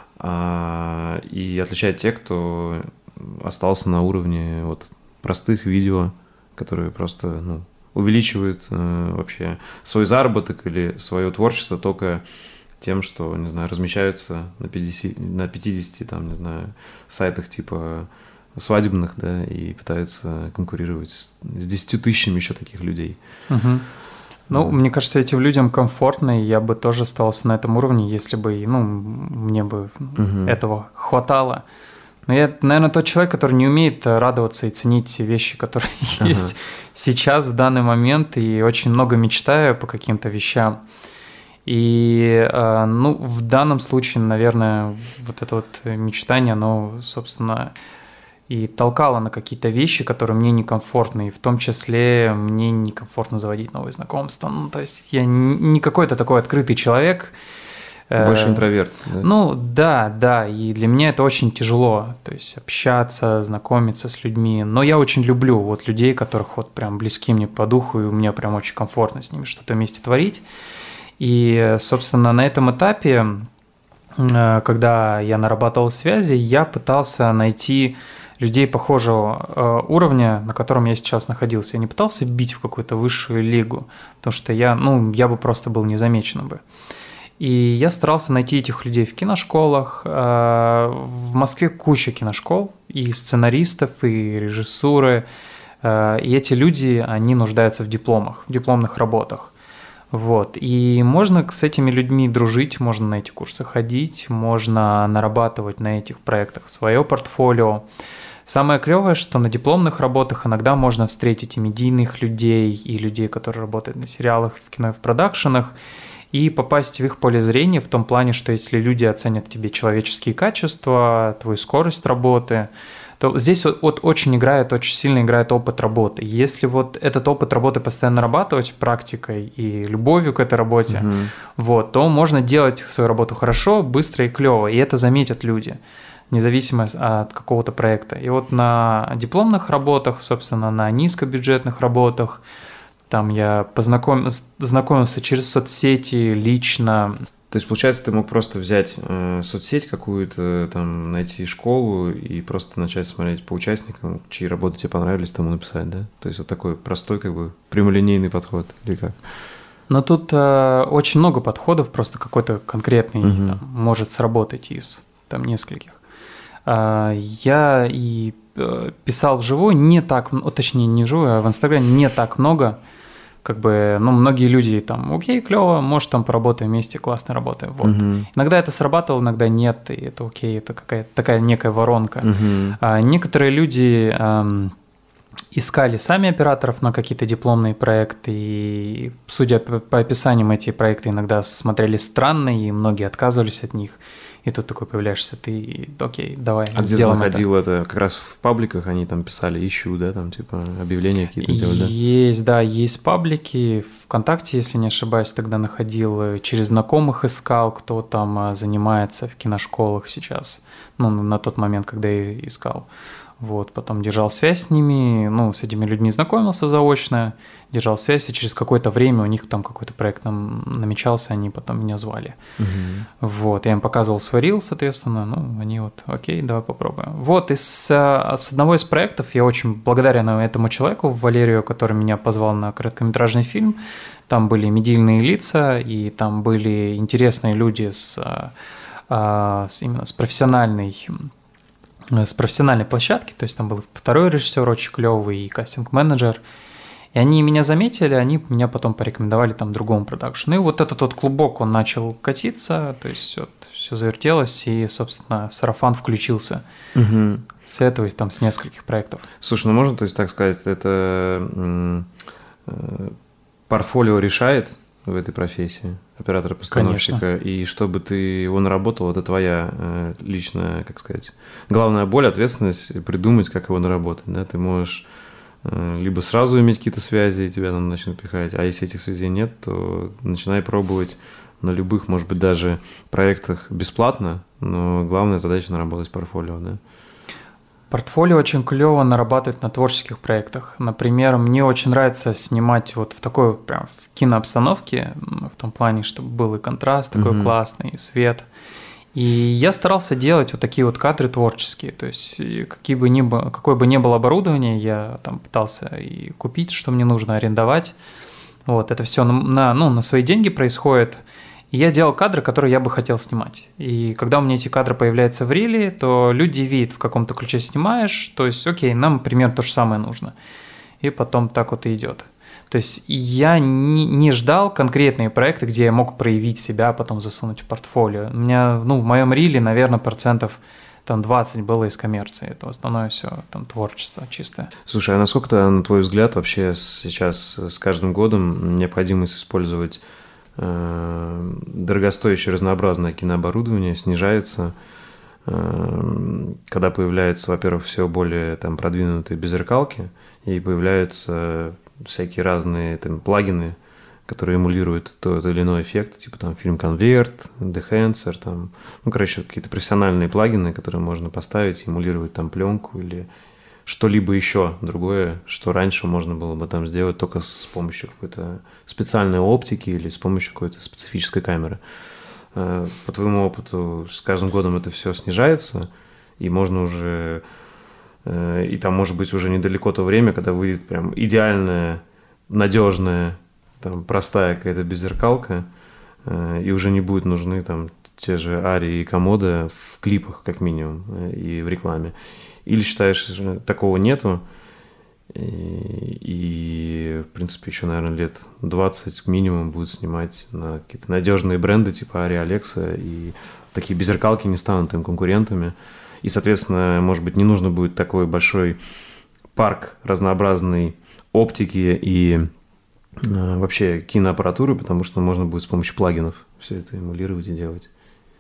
и отличает тех, кто остался на уровне вот простых видео, которые просто увеличивают вообще свой заработок или свое творчество только тем, что, не знаю, размещаются на 50 там, не знаю, сайтах типа свадебных, да, и пытаются конкурировать с 10 тысячами еще таких людей. Угу. Ну, мне кажется, этим людям комфортно, и я бы тоже оставался на этом уровне, если бы, мне бы этого хватало. Но я, наверное, тот человек, который не умеет радоваться и ценить те вещи, которые есть сейчас, в данный момент, и очень много мечтаю по каким-то вещам. И, в данном случае, наверное, вот это вот мечтание, оно, собственно, и толкало на какие-то вещи, которые мне некомфортны, и в том числе мне некомфортно заводить новые знакомства. То есть я не какой-то такой открытый человек. Больше интроверт. Да? Да, и для меня это очень тяжело, то есть общаться, знакомиться с людьми. Но я очень люблю вот людей, которых вот прям близки мне по духу, и у меня прям очень комфортно с ними что-то вместе творить. И, собственно, на этом этапе, когда я нарабатывал связи, я пытался найти людей похожего уровня, на котором я сейчас находился. Я не пытался бить в какую-то высшую лигу, потому что я бы просто был незамечен бы. И я старался найти этих людей в киношколах. В Москве куча киношкол, и сценаристов, и режиссуры. И эти люди, они нуждаются в дипломах, в дипломных работах. Вот. И можно с этими людьми дружить, можно на эти курсы ходить, можно нарабатывать на этих проектах свое портфолио. Самое клевое, что на дипломных работах иногда можно встретить и медийных людей, и людей, которые работают на сериалах, в кино и в продакшенах, и попасть в их поле зрения в том плане, что если люди оценят в тебе человеческие качества, твою скорость работы, то здесь очень сильно играет опыт работы. Если вот этот опыт работы постоянно нарабатывать практикой и любовью к этой работе, то можно делать свою работу хорошо, быстро и клево, и это заметят люди, независимо от какого-то проекта. И вот на дипломных работах, собственно, на низкобюджетных работах, там я знакомился через соцсети лично. То есть, получается, ты мог просто взять соцсеть какую-то, там, найти школу и просто начать смотреть по участникам, чьи работы тебе понравились, тому написать, да? То есть, вот такой простой, как бы, прямолинейный подход, или как? Но тут очень много подходов, просто какой-то конкретный там, может сработать из там нескольких. Я и писал вживую не так, точнее, не вживую, а в Инстаграме не так много. Как бы, многие люди там, окей, клево, может, там поработаем вместе, классно работаем. Вот. Иногда это срабатывало, иногда нет, и это окей, это какая-то такая некая воронка. Некоторые люди искали сами операторов на какие-то дипломные проекты, и, судя по описаниям, эти проекты иногда смотрелись странно, и многие отказывались от них. И тут такой появляешься, ты, окей, давай, сделаем это. А где ты находил это? Как раз в пабликах они там писали, ищу, да, там типа объявления какие-то делали, да? Есть паблики, ВКонтакте, если не ошибаюсь, тогда находил, через знакомых искал, кто там занимается в киношколах сейчас, на тот момент, когда я искал. Вот, потом держал связь с ними, с этими людьми знакомился заочно, держал связь, и через какое-то время у них там какой-то проект намечался, они потом меня звали. Вот, я им показывал свой рил, соответственно, они вот, окей, давай попробуем. Вот, с одного из проектов я очень благодарен этому человеку, Валерию, который меня позвал на короткометражный фильм. Там были медийные лица, и там были интересные люди именно с профессиональной площадки, то есть там был второй режиссер очень клевый и кастинг-менеджер, и они меня заметили, они меня потом порекомендовали там другому продакшену. И вот этот вот клубок, он начал катиться, то есть все завертелось, и, собственно, сарафан включился с этого и там с нескольких проектов. Слушай, можно, то есть так сказать, это портфолио решает в этой профессии оператора-постановщика, Конечно. И чтобы ты его наработал, это твоя личная, как сказать, главная боль, ответственность придумать, как его наработать, да, ты можешь либо сразу иметь какие-то связи, и тебя там начнут пихать, а если этих связей нет, то начинай пробовать на любых, может быть, даже проектах бесплатно, но главная задача наработать портфолио, да? Портфолио очень клево нарабатывать на творческих проектах. Например, мне очень нравится снимать вот в такой прям в кинообстановке, в том плане, чтобы был и контраст такой классный, и свет. И я старался делать вот такие вот кадры творческие, то есть какое бы ни было оборудование, я там пытался и купить, что мне нужно, арендовать. Вот, это все на свои деньги происходит. И я делал кадры, которые я бы хотел снимать. И когда у меня эти кадры появляются в риле, то люди видят, в каком-то ключе снимаешь, то есть, окей, нам примерно то же самое нужно. И потом так вот и идет. То есть я не ждал конкретные проекты, где я мог проявить себя, потом засунуть в портфолио. У меня, в моем риле, наверное, процентов 20 было из коммерции. Это остальное все там творчество чистое. Слушай, а насколько, на твой взгляд, вообще сейчас с каждым годом необходимость использовать дорогостоящее разнообразное кинооборудование снижается, когда появляются, во-первых, все более там продвинутые беззеркалки, и появляются всякие разные там плагины, которые эмулируют тот или иной эффект, типа там Film Convert, Dehancer, там, какие-то профессиональные плагины, которые можно поставить, эмулировать там пленку или что-либо еще другое, что раньше можно было бы там сделать только с помощью какой-то специальной оптики или с помощью какой-то специфической камеры. По твоему опыту, с каждым годом это все снижается, и можно уже... И там может быть уже недалеко то время, когда выйдет прям идеальная, надежная, там, простая какая-то беззеркалка, и уже не будет нужны там те же Арии и Комода в клипах, как минимум, и в рекламе. Или считаешь, такого нету, и в принципе, еще, наверное, лет 20 минимум будут снимать на какие-то надежные бренды типа Ария, Алекса, и такие беззеркалки не станут им конкурентами. И, соответственно, может быть, не нужно будет такой большой парк разнообразной оптики и вообще киноаппаратуры, потому что можно будет с помощью плагинов все это эмулировать и делать.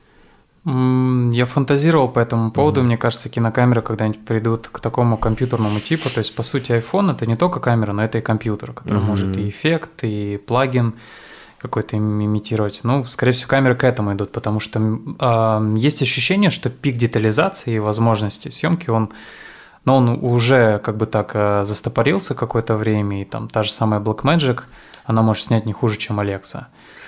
Я фантазировал по этому поводу. Мне кажется, кинокамеры когда-нибудь придут к такому компьютерному типу. То есть, по сути, iPhone – это не только камера, но это и компьютер, который может и эффект, и плагин какой-то имитировать. Скорее всего, камеры к этому идут, потому что есть ощущение, что пик детализации и возможности съемки, он уже как бы так застопорился какое-то время, и там та же самая Blackmagic, она может снять не хуже, чем Alexa.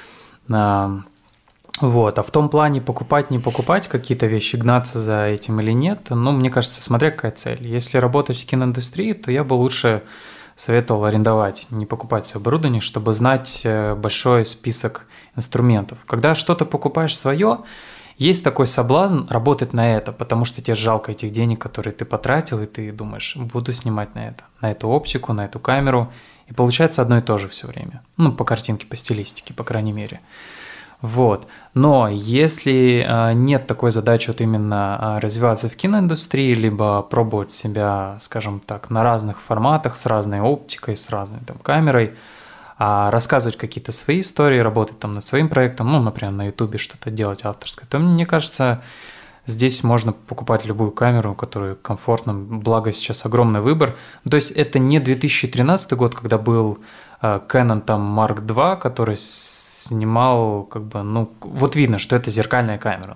Вот, а в том плане покупать, не покупать какие-то вещи, гнаться за этим или нет, мне кажется, смотря какая цель. Если работать в киноиндустрии, то я бы лучше советовал арендовать, не покупать все оборудование, чтобы знать большой список инструментов. Когда что-то покупаешь свое, есть такой соблазн работать на это, потому что тебе жалко этих денег, которые ты потратил, и ты думаешь, буду снимать на это, на эту оптику, на эту камеру, и получается одно и то же все время. По картинке, по стилистике, по крайней мере. Вот. Но если нет такой задачи вот именно развиваться в киноиндустрии, либо пробовать себя, скажем так, на разных форматах, с разной оптикой, с разной там камерой, рассказывать какие-то свои истории, работать там над своим проектом, например, на Ютубе что-то делать авторское, то, мне кажется, здесь можно покупать любую камеру, которую комфортно, благо сейчас огромный выбор. То есть это не 2013 год, когда был Canon там Mark II, который снимал, вот видно, что это зеркальная камера,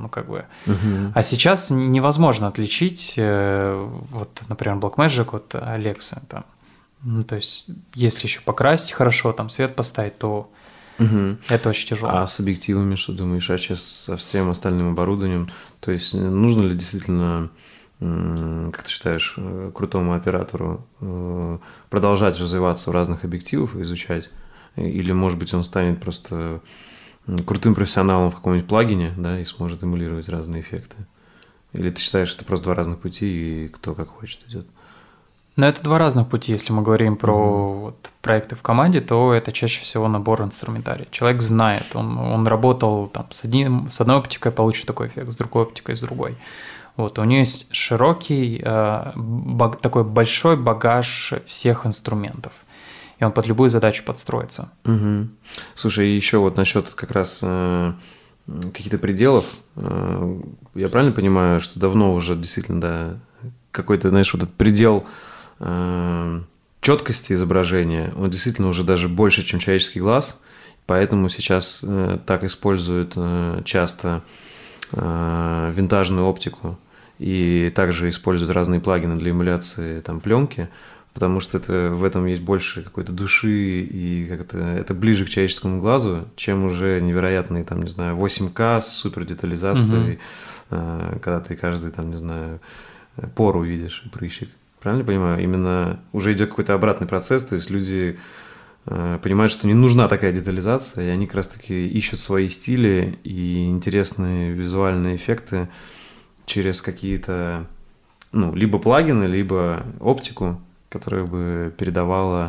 А сейчас невозможно отличить, вот, например, Blackmagic от Alexa, там. То есть, если еще покрасить хорошо, там свет поставить, то это очень тяжело. А с объективами, что думаешь, сейчас со всем остальным оборудованием, то есть, нужно ли действительно, как ты считаешь, крутому оператору продолжать развиваться в разных объективах и изучать? Или, может быть, он станет просто крутым профессионалом в каком-нибудь плагине, да, и сможет эмулировать разные эффекты? Или ты считаешь, что это просто два разных пути, и кто как хочет идет? Это два разных пути. Если мы говорим про проекты в команде, то это чаще всего набор инструментария. Человек знает, он работал там, с одной оптикой, получит такой эффект, с другой оптикой, с другой. Вот, у него есть широкий, такой большой багаж всех инструментов. И он под любую задачу подстроится. Слушай, еще вот насчет как раз каких-то пределов. Я правильно понимаю, что давно уже действительно, да, какой-то, знаешь, вот этот предел четкости изображения, он действительно уже даже больше, чем человеческий глаз. поэтому сейчас так используют часто винтажную оптику и также используют разные плагины для эмуляции там пленки, потому что в этом есть больше какой-то души и как-то это ближе к человеческому глазу, чем уже невероятные там, не знаю, 8К с супердетализацией, когда ты каждый там, не знаю, пору видишь, прыщик. Правильно я понимаю? Именно уже идет какой-то обратный процесс, то есть люди понимают, что не нужна такая детализация, и они как раз-таки ищут свои стили и интересные визуальные эффекты через какие-то, ну, либо плагины, либо оптику, которая бы передавала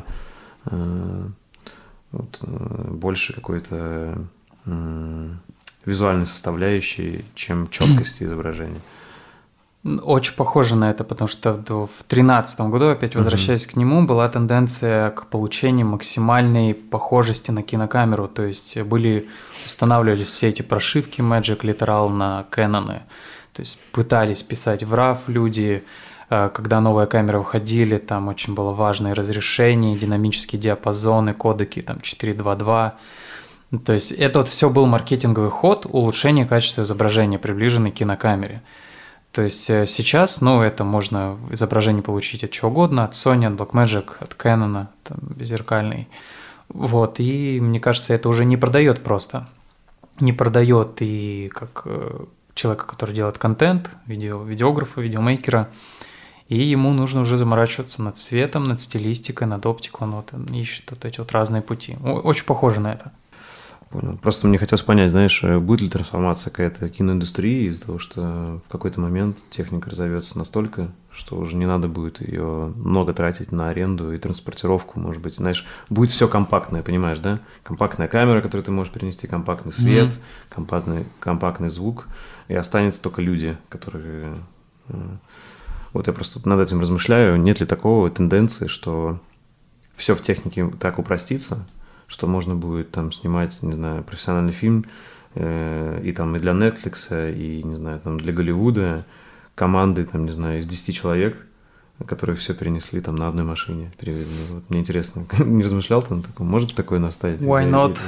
больше какой-то визуальной составляющей, чем четкости изображения. Очень похоже на это, потому что в 2013 году, опять возвращаясь к нему, была тенденция к получению максимальной похожести на кинокамеру, то есть устанавливались все эти прошивки Magic Literal на Canon, то есть пытались писать в RAW люди, когда новые камеры выходили, там очень было важное разрешение, динамические диапазоны, кодеки, там 4.2.2. То есть это вот все был маркетинговый ход, улучшение качества изображения, приближенной к кинокамере. То есть сейчас, это можно изображение получить от чего угодно, от Sony, от Blackmagic, от Canon, там, беззеркальный. Вот, и мне кажется, это уже не продает просто. Не продает и как человека, который делает контент, видеографа, видеомейкера, и ему нужно уже заморачиваться над цветом, над стилистикой, над оптикой, он ищет вот эти вот разные пути. Очень похоже на это. Понял. Просто мне хотелось понять, знаешь, будет ли трансформация какая-то киноиндустрии из-за того, что в какой-то момент техника разовьется настолько, что уже не надо будет ее много тратить на аренду и транспортировку, может быть, знаешь, будет все компактное, понимаешь, да? Компактная камера, которую ты можешь перенести, компактный свет, компактный звук, и останется только люди, которые... Вот я просто над этим размышляю, нет ли такого тенденции, что все в технике так упростится, что можно будет там снимать, не знаю, профессиональный фильм и там и для Netflix, и, не знаю, там для Голливуда команды, там, не знаю, из 10 человек, которые все перенесли там на одной машине, переведены. Вот мне интересно, не размышлял ты на таком? Может такое наставить? Why not?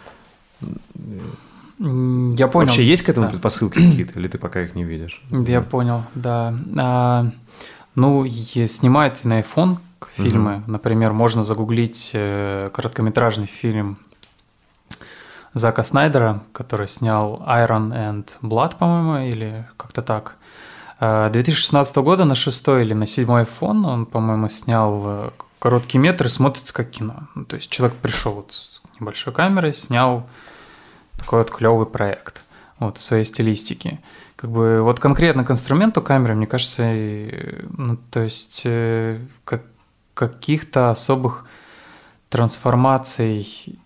Я понял. Вообще есть к этому предпосылки какие-то, или ты пока их не видишь? Я понял, да. Снимает на iPhone фильмы. Например, можно загуглить короткометражный фильм Зака Снайдера, который снял Iron and Blood, по-моему, или как-то так. 2016 года на 6-й или на 7-й iPhone он, по-моему, снял короткий метр и смотрится как кино. То есть человек пришел вот с небольшой камерой, снял такой вот клевый проект вот, в своей стилистике. Как бы вот конкретно к инструменту камеры, мне кажется, каких-то особых трансформаций.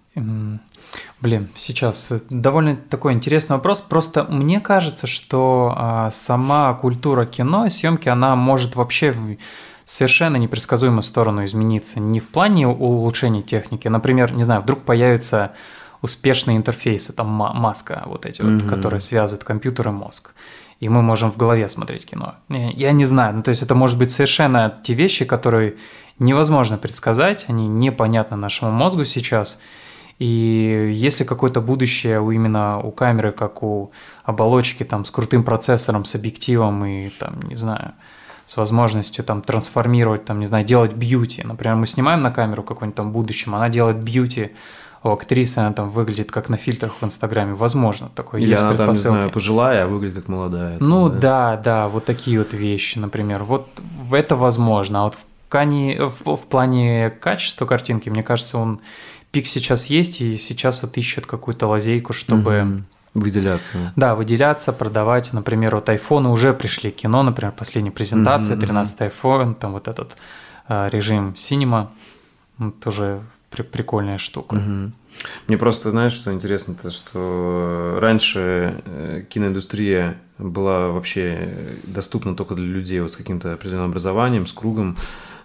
Сейчас довольно такой интересный вопрос. Просто мне кажется, что сама культура кино, съемки, она может вообще в совершенно непредсказуемую сторону измениться. Не в плане улучшения техники. Например, не знаю, вдруг появятся успешные интерфейсы, там маска, вот эти вот, которые связывают компьютер и мозг. И мы можем в голове смотреть кино. Я не знаю, то есть это может быть совершенно те вещи, которые невозможно предсказать, они непонятны нашему мозгу сейчас. И есть ли какое-то будущее именно у камеры, как у оболочки там, с крутым процессором, с объективом и там, не знаю, с возможностью там, трансформировать, там, не знаю, делать бьюти. Например, мы снимаем на камеру какой-нибудь там будущем, она делает бьюти, у актрисы она там выглядит как на фильтрах в Инстаграме. Возможно, такое или есть она предпосылки. Там, не знаю, пожилая, а выглядит как молодая. Да, вот такие вот вещи, например. Вот это возможно. А вот в плане качества картинки, мне кажется, пик сейчас есть, и сейчас вот ищут какую-то лазейку, чтобы... Выделяться. Да, выделяться, продавать. Например, вот айфоны уже пришли к кино, например, последняя презентация, 13-й iPhone, там вот этот режим Cinema, тоже прикольная штука. Мне просто, знаешь, что интересно, то что раньше киноиндустрия была вообще доступна только для людей вот с каким-то определенным образованием, с кругом,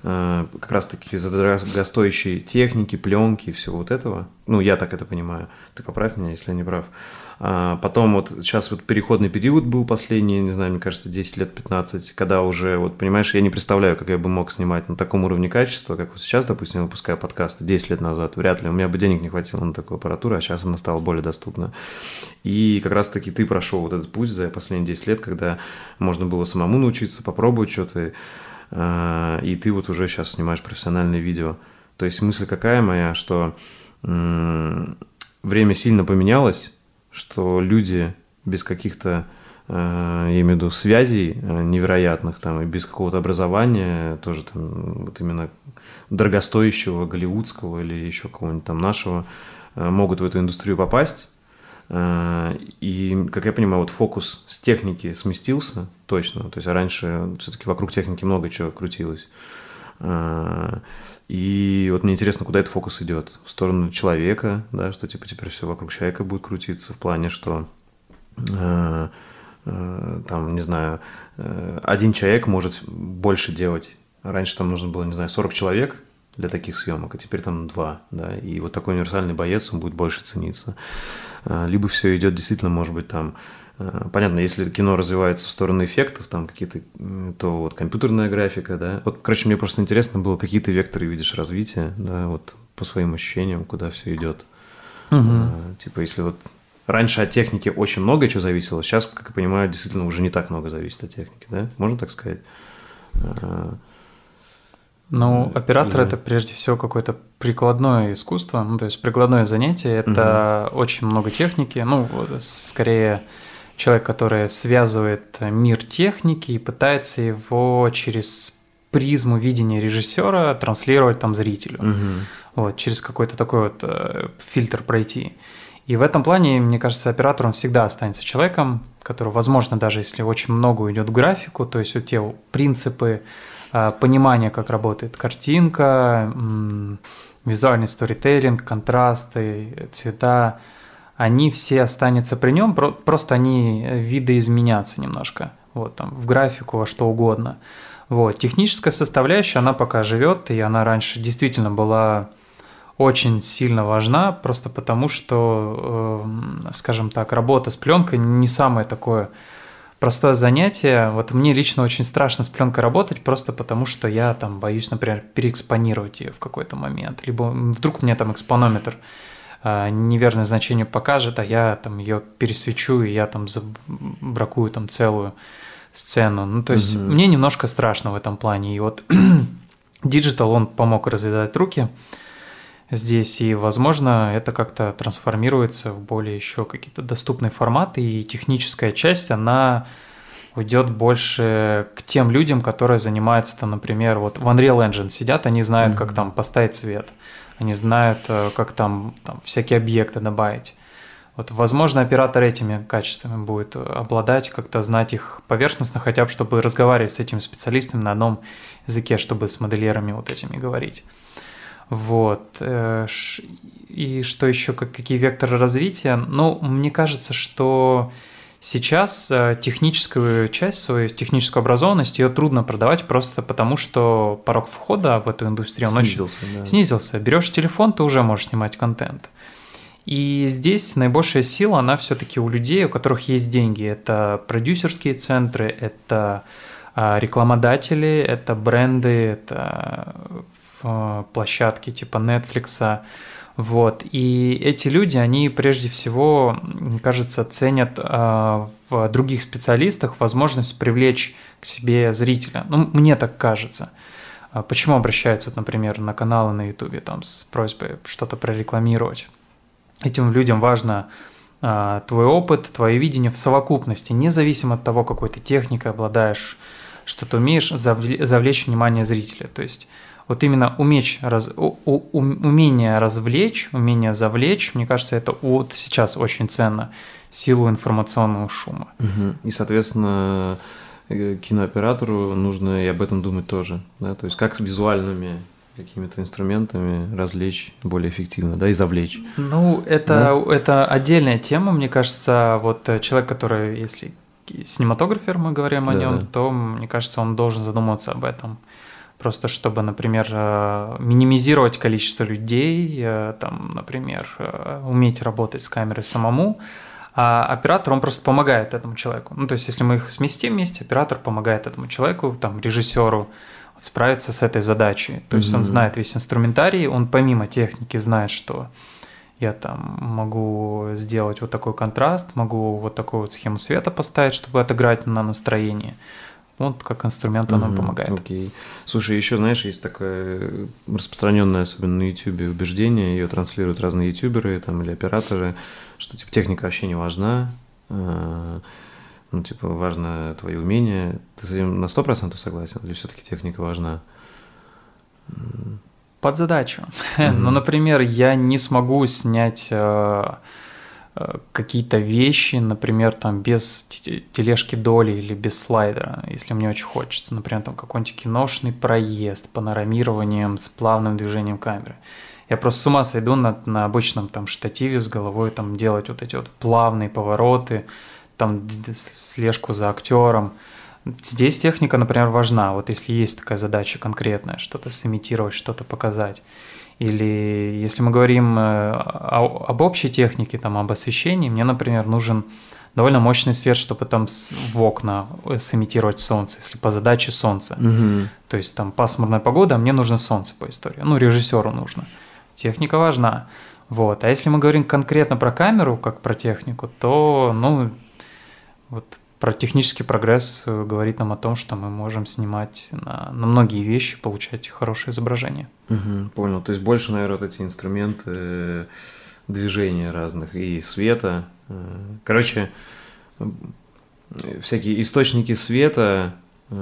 как раз-таки из-за дорогостоящей техники, пленки и всего вот этого. Ну, я так это понимаю. Ты поправь меня, если я не прав. Потом вот сейчас вот переходный период был последний, не знаю, мне кажется, 10 лет, 15, когда уже, вот понимаешь, я не представляю, как я бы мог снимать на таком уровне качества, как вот сейчас, допустим, выпускаю подкасты 10 лет назад, вряд ли, у меня бы денег не хватило на такую аппаратуру, а сейчас она стала более доступна. И как раз-таки ты прошел вот этот путь за последние 10 лет, когда можно было самому научиться, попробовать что-то, и ты вот уже сейчас снимаешь профессиональные видео. То есть мысль какая моя, что время сильно поменялось, что люди без каких-то, я имею в виду, связей невероятных, там, и без какого-то образования, тоже там, вот именно дорогостоящего, голливудского или еще какого-нибудь там нашего, могут в эту индустрию попасть. И, как я понимаю, вот фокус с техники сместился точно. То есть раньше все-таки вокруг техники много чего крутилось. И вот мне интересно, куда этот фокус идет. В сторону человека, да, что типа теперь все вокруг человека будет крутиться, в плане, что там, не знаю, один человек может больше делать. Раньше там нужно было, не знаю, 40 человек для таких съемок, а теперь там 2, да, и вот такой универсальный боец, он будет больше цениться. Либо все идет действительно, может быть, там, понятно, если кино развивается в сторону эффектов, там какие-то, то вот компьютерная графика, да. Вот, короче, мне просто интересно было, какие ты векторы видишь развития, да, вот по своим ощущениям, куда все идет. Типа, если вот раньше от техники очень много чего зависело, сейчас, как я понимаю, действительно уже не так много зависит от техники, да? Можно так сказать? Ну, оператор – это прежде всего какое-то прикладное искусство, ну, то есть прикладное занятие – это очень много техники, ну, скорее человек, который связывает мир техники и пытается его через призму видения режиссера транслировать там зрителю, вот, через какой-то такой вот фильтр пройти. И в этом плане, мне кажется, оператор, он всегда останется человеком, который, возможно, даже если очень много уйдет в графику, то есть вот те принципы, понимание, как работает картинка, визуальный сторителлинг, контрасты, цвета, они все останутся при нем, просто они видоизменятся немножко, вот, там, в графику, во что угодно. Вот. Техническая составляющая, она пока живет, и она раньше действительно была очень сильно важна, просто потому что, скажем так, работа с пленкой не самое такое простое занятие. Вот мне лично очень страшно с пленкой работать, просто потому что я там боюсь, например, переэкспонировать ее в какой-то момент. Либо вдруг мне там экспонометр неверное значение покажет, а я там ее пересвечу, и я там забракую там целую сцену. Ну, то есть мне немножко страшно в этом плане. И вот Digital, он помог развязать руки здесь, и, возможно, это как-то трансформируется в более еще какие-то доступные форматы, и техническая часть, она уйдет больше к тем людям, которые занимаются, там, например, вот в Unreal Engine сидят, они знают, как там поставить цвет, они знают, как там всякие объекты добавить. Вот, возможно, оператор этими качествами будет обладать, как-то знать их поверхностно, хотя бы, чтобы разговаривать с этими специалистами на одном языке, чтобы с модельерами вот этими говорить. Вот. И что еще, какие векторы развития? Ну, мне кажется, что сейчас техническую часть, свою техническую образованность, ее трудно продавать просто потому, что порог входа в эту индустрию он очень снизился. Берешь телефон, ты уже можешь снимать контент. И здесь наибольшая сила, она все-таки у людей, у которых есть деньги. Это продюсерские центры, это рекламодатели, это бренды, это площадки типа Netflix. Вот. И эти люди, они прежде всего, мне кажется, ценят в других специалистах возможность привлечь к себе зрителя. Ну, мне так кажется. Почему обращаются, вот, например, на каналы на YouTube там, с просьбой что-то прорекламировать? Этим людям важно твой опыт, твое видение в совокупности, независимо от того, какой ты техникой обладаешь, что ты умеешь завлечь внимание зрителя. То есть вот именно умение развлечь, умение завлечь, мне кажется, это вот сейчас очень ценно, силу информационного шума. И, соответственно, кинооператору нужно и об этом думать тоже, да, то есть как с визуальными какими-то инструментами развлечь более эффективно, да, и завлечь. Ну, это отдельная тема, мне кажется, вот человек, который, если синематографер, мы говорим о нем, то, мне кажется, он должен задумываться об этом. просто чтобы, например, минимизировать количество людей, там, например, уметь работать с камерой самому, а оператор, он просто помогает этому человеку. Ну, то есть, если мы их сместим вместе, оператор помогает этому человеку, там, режиссеру справиться с этой задачей. То есть, он знает весь инструментарий, он помимо техники знает, что я там могу сделать вот такой контраст, могу вот такую вот схему света поставить, чтобы отыграть на настроение. Вот как инструмент он помогает. Окей. Слушай, еще, знаешь, есть такое распространенное, особенно на YouTube, убеждение, ее транслируют разные ютуберы там, или операторы, что типа техника вообще не важна, ну, типа, важно твои умения. Ты с этим на 100% согласен, или все-таки техника важна? Под задачу. Ну, например, я не смогу снять какие-то вещи, например, там без тележки доли или без слайдера, если мне очень хочется. Например, там какой-нибудь киношный проезд, панорамированием с плавным движением камеры. Я просто с ума сойду на обычном там штативе с головой там делать вот эти вот плавные повороты, там слежку за актером. Здесь техника, например, важна. Вот если есть такая задача конкретная, что-то сымитировать, что-то показать. Или если мы говорим об общей технике, там, об освещении, мне, например, нужен довольно мощный свет, чтобы там в окна сымитировать солнце, если по задаче солнце. То есть там пасмурная погода, а мне нужно солнце по истории. Ну, режиссеру нужно. Техника важна. Вот. А если мы говорим конкретно про камеру, как про технику, то, ну, вот про технический прогресс говорит нам о том, что мы можем снимать на многие вещи, получать хорошее изображение. Понял. То есть больше, наверное, вот эти инструменты движения разных и света. Короче, всякие источники света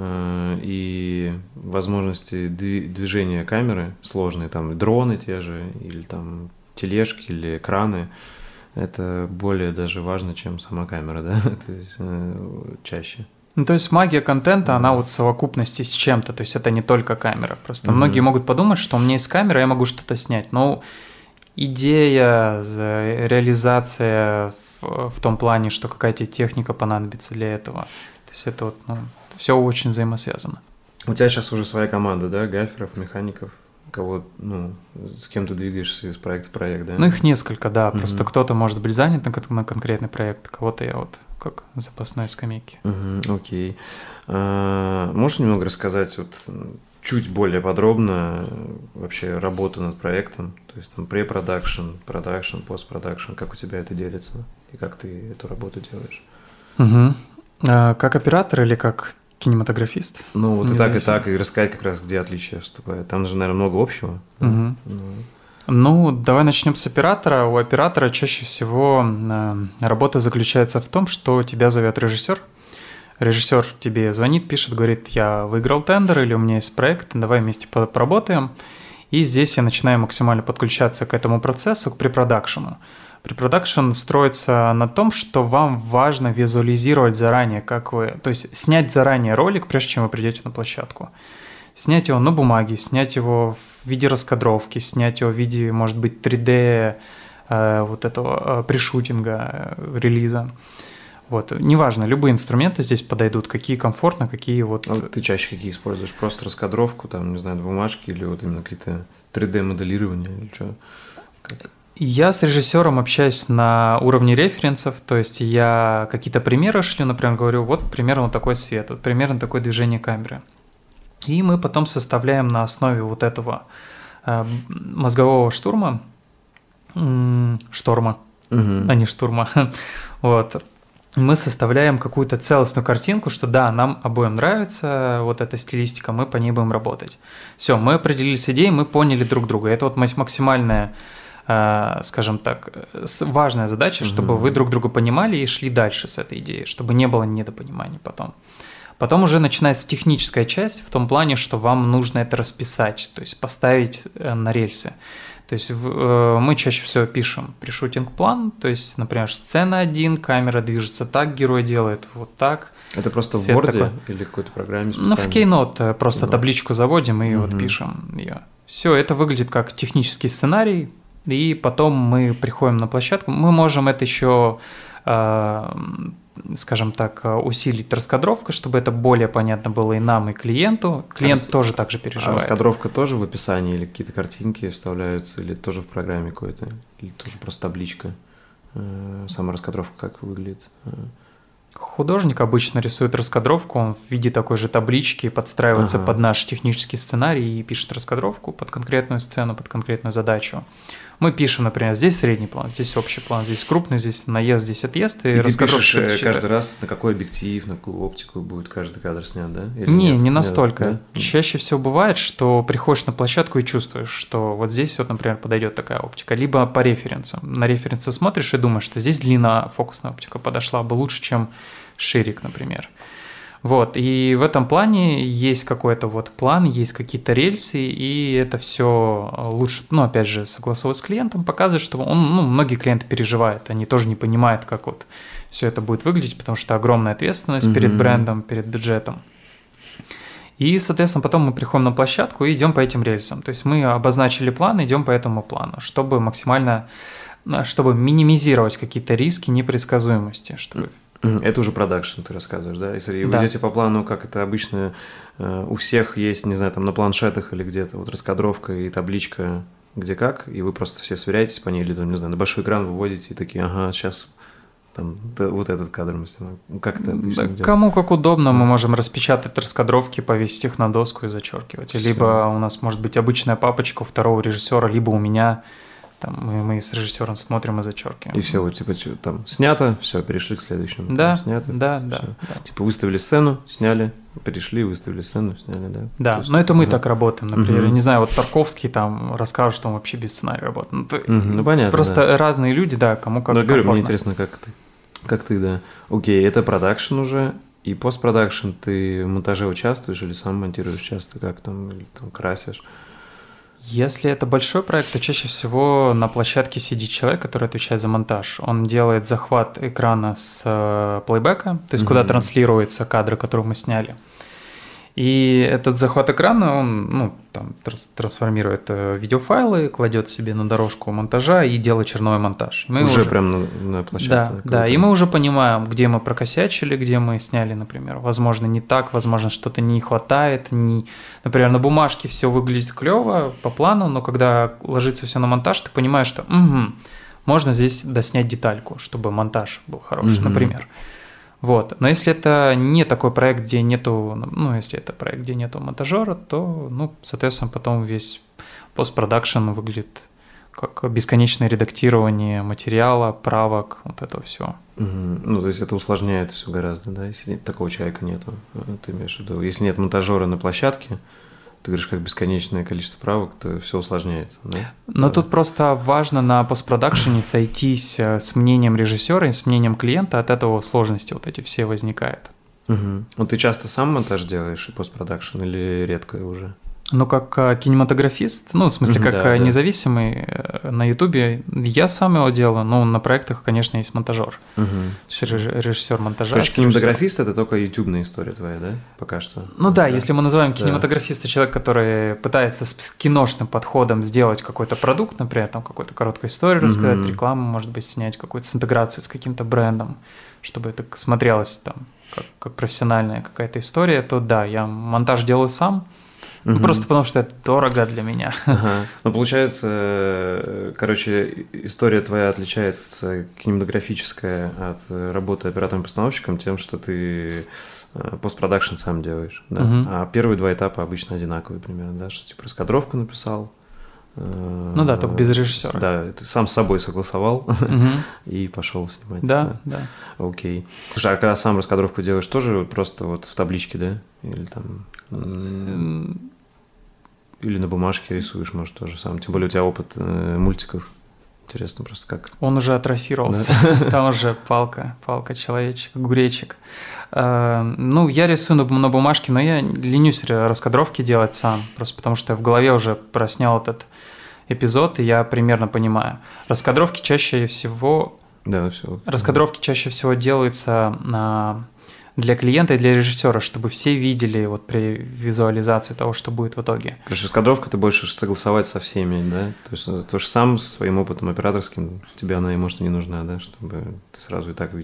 и возможности движения камеры сложные, там дроны те же, или там тележки, или экраны. Это более даже важно, чем сама камера, да? То есть чаще. Ну, то есть магия контента, она вот в совокупности с чем-то, то есть это не только камера. Просто многие могут подумать, что у меня есть камера, я могу что-то снять. Но идея, реализация в том плане, что какая-то техника понадобится для этого. То есть это вот, ну, все очень взаимосвязано. У тебя сейчас уже своя команда, да? Гаферов, механиков? Кого, ну, с кем ты двигаешься из проекта в проект, да? Ну, их несколько, да. Просто кто-то может быть занят на конкретный проект, кого-то я вот как запасной скамейки. Окей. Можешь немного рассказать вот чуть более подробно вообще работу над проектом? То есть там препродакшн, продакшн, постпродакшн, как у тебя это делится? И как ты эту работу делаешь? Как оператор или как кинематографист? Ну, вот и так, и рассказать как раз, где отличия вступают. Там же, наверное, много общего. Ну, давай начнем с оператора. У оператора чаще всего работа заключается в том, что тебя зовет режиссер. Режиссер тебе звонит, пишет, говорит, я выиграл тендер или у меня есть проект, давай вместе поработаем. И здесь я начинаю максимально подключаться к этому процессу, к препродакшену. Препродакшн строится на том, что вам важно визуализировать заранее, как вы... То есть снять заранее ролик, прежде чем вы придете на площадку. Снять его на бумаге, снять его в виде раскадровки, снять его в виде, может быть, 3D вот этого пришутинга, релиза. Вот. Неважно, любые инструменты здесь подойдут, какие комфортно, какие вот... А ты чаще какие используешь? Просто раскадровку, там, не знаю, бумажки или вот именно какие-то 3D-моделирования или что? Я с режиссером общаюсь на уровне референсов, то есть я какие-то примеры шлю, например, говорю, вот примерно вот такой свет, вот примерно такое движение камеры. И мы потом составляем на основе вот этого мозгового шторма, а не штурма, вот. Мы составляем какую-то целостную картинку, что да, нам обоим нравится вот эта стилистика, мы по ней будем работать. Все, мы определились с идеей, мы поняли друг друга. Это вот максимальная, скажем так, важная задача, чтобы вы друг друга понимали и шли дальше с этой идеей, чтобы не было недопониманий потом. Потом уже начинается техническая часть в том плане, что вам нужно это расписать, то есть поставить на рельсы. То есть мы чаще всего пишем пришутинг-план, то есть, например, сцена 1, камера движется так, герой делает вот так. Это просто в Word или какой-то программе специальной? Ну, в Keynote просто табличку заводим и вот пишем ее. Все, это выглядит как технический сценарий, и потом мы приходим на площадку. Мы можем это еще скажем так, усилить раскадровкой, чтобы это более понятно было и нам, и клиенту. Клиент тоже так же переживает. А раскадровка тоже в описании или какие-то картинки вставляются, или тоже в программе какой-то, или тоже просто табличка? Сама раскадровка как выглядит? Художник обычно рисует раскадровку, он в виде такой же таблички подстраивается под наш технический сценарий и пишет раскадровку под конкретную сцену, под конкретную задачу. Мы пишем, например, здесь средний план, здесь общий план, здесь крупный, здесь наезд, здесь отъезд. И ты пишешь каждый раз, на какой объектив, на какую оптику будет каждый кадр снят, да? Или не настолько. Да? Чаще всего бывает, что приходишь на площадку и чувствуешь, что вот здесь вот, например, подойдет такая оптика. Либо по референсам. На референсы смотришь и думаешь, что здесь длина фокусная оптика подошла бы лучше, чем ширик, например. Вот, и в этом плане есть какой-то вот план, есть какие-то рельсы, и это все лучше, опять же, согласовывать с клиентом, показывать, что многие клиенты переживают, они тоже не понимают, как вот все это будет выглядеть, потому что огромная ответственность перед брендом, перед бюджетом. И, соответственно, потом мы приходим на площадку и идем по этим рельсам. То есть мы обозначили план, идем по этому плану, чтобы минимизировать какие-то риски непредсказуемости, чтобы... Это уже продакшн, ты рассказываешь, да? Если вы идете по плану, как это обычно у всех есть, не знаю, там на планшетах или где-то, вот раскадровка и табличка где как, и вы просто все сверяетесь по ней, или там, не знаю, на большой экран выводите и такие, ага, сейчас там вот этот кадр мы снимаем. Как это обычно делать? Кому как удобно, мы можем распечатать раскадровки, повесить их на доску и зачеркивать. Либо у нас может быть обычная папочка у второго режиссера, либо у меня. Там мы с режиссером смотрим и зачеркиваем. И все, вот типа там снято, все, перешли к следующему. Да, снято, да. Типа выставили сцену, сняли, перешли, выставили сцену, сняли, да. Да, есть, но это мы так работаем, например. Я не знаю, вот Тарковский там расскажет, что он вообще без сценария работает. Понятно. Просто разные люди, да, кому как комфортно. Говорю, мне интересно, как ты, да. Окей, это продакшн уже, и постпродакшн ты в монтаже участвуешь или сам монтируешь часто, как там, или там красишь? Если это большой проект, то чаще всего на площадке сидит человек, который отвечает за монтаж. Он делает захват экрана с плейбека, то есть куда транслируются кадры, которые мы сняли. И этот захват экрана, он трансформирует видеофайлы, кладет себе на дорожку монтажа и делает черновой монтаж. Мы уже прям на площадке? Да, и мы уже понимаем, где мы прокосячили, где мы сняли, например. Возможно, не так, возможно, что-то не хватает. Например, на бумажке все выглядит клево по плану, но когда ложится все на монтаж, ты понимаешь, что можно здесь доснять детальку, чтобы монтаж был хороший, например. Вот. Но если это не такой проект, где нету, если это проект, где нету монтажера, то, соответственно, потом весь постпродакшн выглядит как бесконечное редактирование материала, правок, вот этого всего. То есть это усложняет все гораздо, да, если такого человека нету, ты имеешь в виду. Если нет монтажера на площадке, ты говоришь, как бесконечное количество правок, то все усложняется, да? Но тут просто важно на постпродакшене сойтись с мнением режиссера и с мнением клиента, от этого сложности вот эти все возникают. Вот ты часто сам монтаж делаешь и постпродакшн или редко уже? Как кинематографист, в смысле, как независимый на Ютубе, я сам его делаю, но на проектах, конечно, есть монтажер, режиссер монтажа. Короче, кинематографист – это только ютубная история твоя, да, пока что? Если мы называем кинематографиста человек, который пытается с киношным подходом сделать какой-то продукт, например, там какую-то короткую историю рассказать, рекламу, может быть, снять какую-то с интеграцией с каким-то брендом, чтобы это смотрелось там как профессиональная какая-то история, то да, я монтаж делаю сам. Просто потому, что это дорого для меня. Получается, история твоя отличается кинематографическая от работы оператором-постановщиком тем, что ты постпродакшн сам делаешь, да? А первые два этапа обычно одинаковые примерно, да? Что типа раскадровку написал. Только без режиссера. Да, ты сам с собой согласовал и пошел снимать. Да. Окей. Слушай, а когда сам раскадровку делаешь, тоже просто вот в табличке, да? Или там... Или на бумажке рисуешь, может, тоже сам. Тем более у тебя опыт мультиков. Интересно просто как. Он уже атрофировался. Там уже палка, человечек, огуречек. Я рисую на бумажке, но я ленюсь раскадровки делать сам. Просто потому что я в голове уже проснял этот эпизод, и я примерно понимаю. Раскадровки чаще всего делаются для клиента и для режиссера, чтобы все видели вот при визуализации того, что будет в итоге. Короче, раскадровка ты больше согласовать со всеми, да? То есть ты же сам со своим опытом операторским, тебе она, может, и не нужна, да? Чтобы ты сразу и так видишь.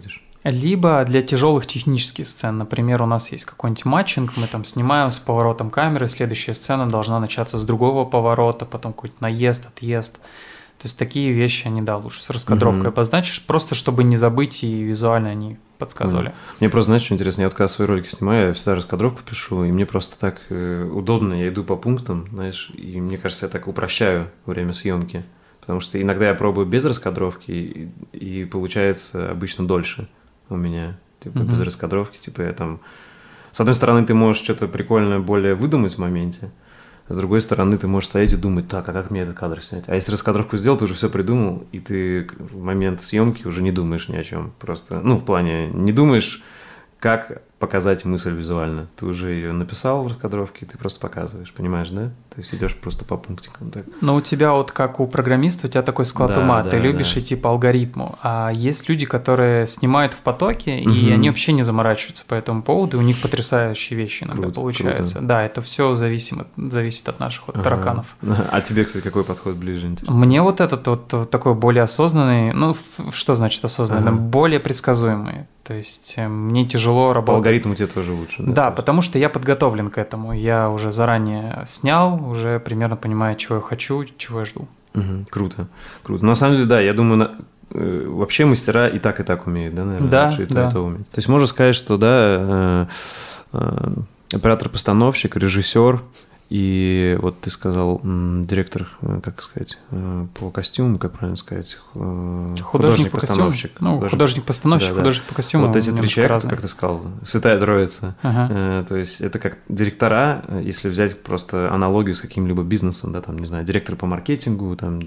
Либо для тяжелых технических сцен. Например, у нас есть какой-нибудь матчинг, мы там снимаем с поворотом камеры, следующая сцена должна начаться с другого поворота, потом какой-то наезд, отъезд. То есть такие вещи они, да, лучше с раскадровкой обозначишь, просто чтобы не забыть, и визуально они подсказывали. Мне просто, знаешь, что интересно, я вот когда свои ролики снимаю, я всегда раскадровку пишу, и мне просто так удобно, я иду по пунктам, знаешь, и мне кажется, я так упрощаю время съемки, потому что иногда я пробую без раскадровки, и получается обычно дольше у меня, типа, без раскадровки, типа, я там... С одной стороны, ты можешь что-то прикольное более выдумать в моменте, а с другой стороны, ты можешь стоять и думать, так, а как мне этот кадр снять? А если раскадровку сделал, ты уже все придумал, и ты в момент съемки уже не думаешь ни о чем. Просто, ну, в плане, не думаешь, как показать мысль визуально. Ты уже ее написал в раскадровке, ты просто показываешь, понимаешь, да? То есть идешь просто по пунктикам. Так. Но у тебя вот как у программиста, у тебя такой склад ума, ты любишь идти по алгоритму. А есть люди, которые снимают в потоке, и они вообще не заморачиваются по этому поводу, и у них потрясающие вещи иногда получаются. Круто. Да, это все зависит от наших вот тараканов. А тебе, кстати, какой подход ближе? Интересно? Мне вот этот вот такой более осознанный, ну, что значит осознанный? Более предсказуемый. То есть мне тяжело работать. По алгоритму тебе тоже лучше. Да, потому что я подготовлен к этому. Я уже заранее снял, уже примерно понимаю, чего я хочу, чего я жду. Круто, круто. На самом деле, да, я думаю, вообще мастера и так умеют, да, наверное? Да, лучше и то умеют. То есть можно сказать, что, да, оператор-постановщик, режиссер и вот ты сказал директор, как сказать, по костюму, как правильно сказать, художник-постановщик. Художник-постановщик, да, художник по костюму. Вот эти три человека, как ты сказал, Святая Троица. То есть это как директора, если взять просто аналогию с каким-либо бизнесом, да, там, не знаю, директор по маркетингу, там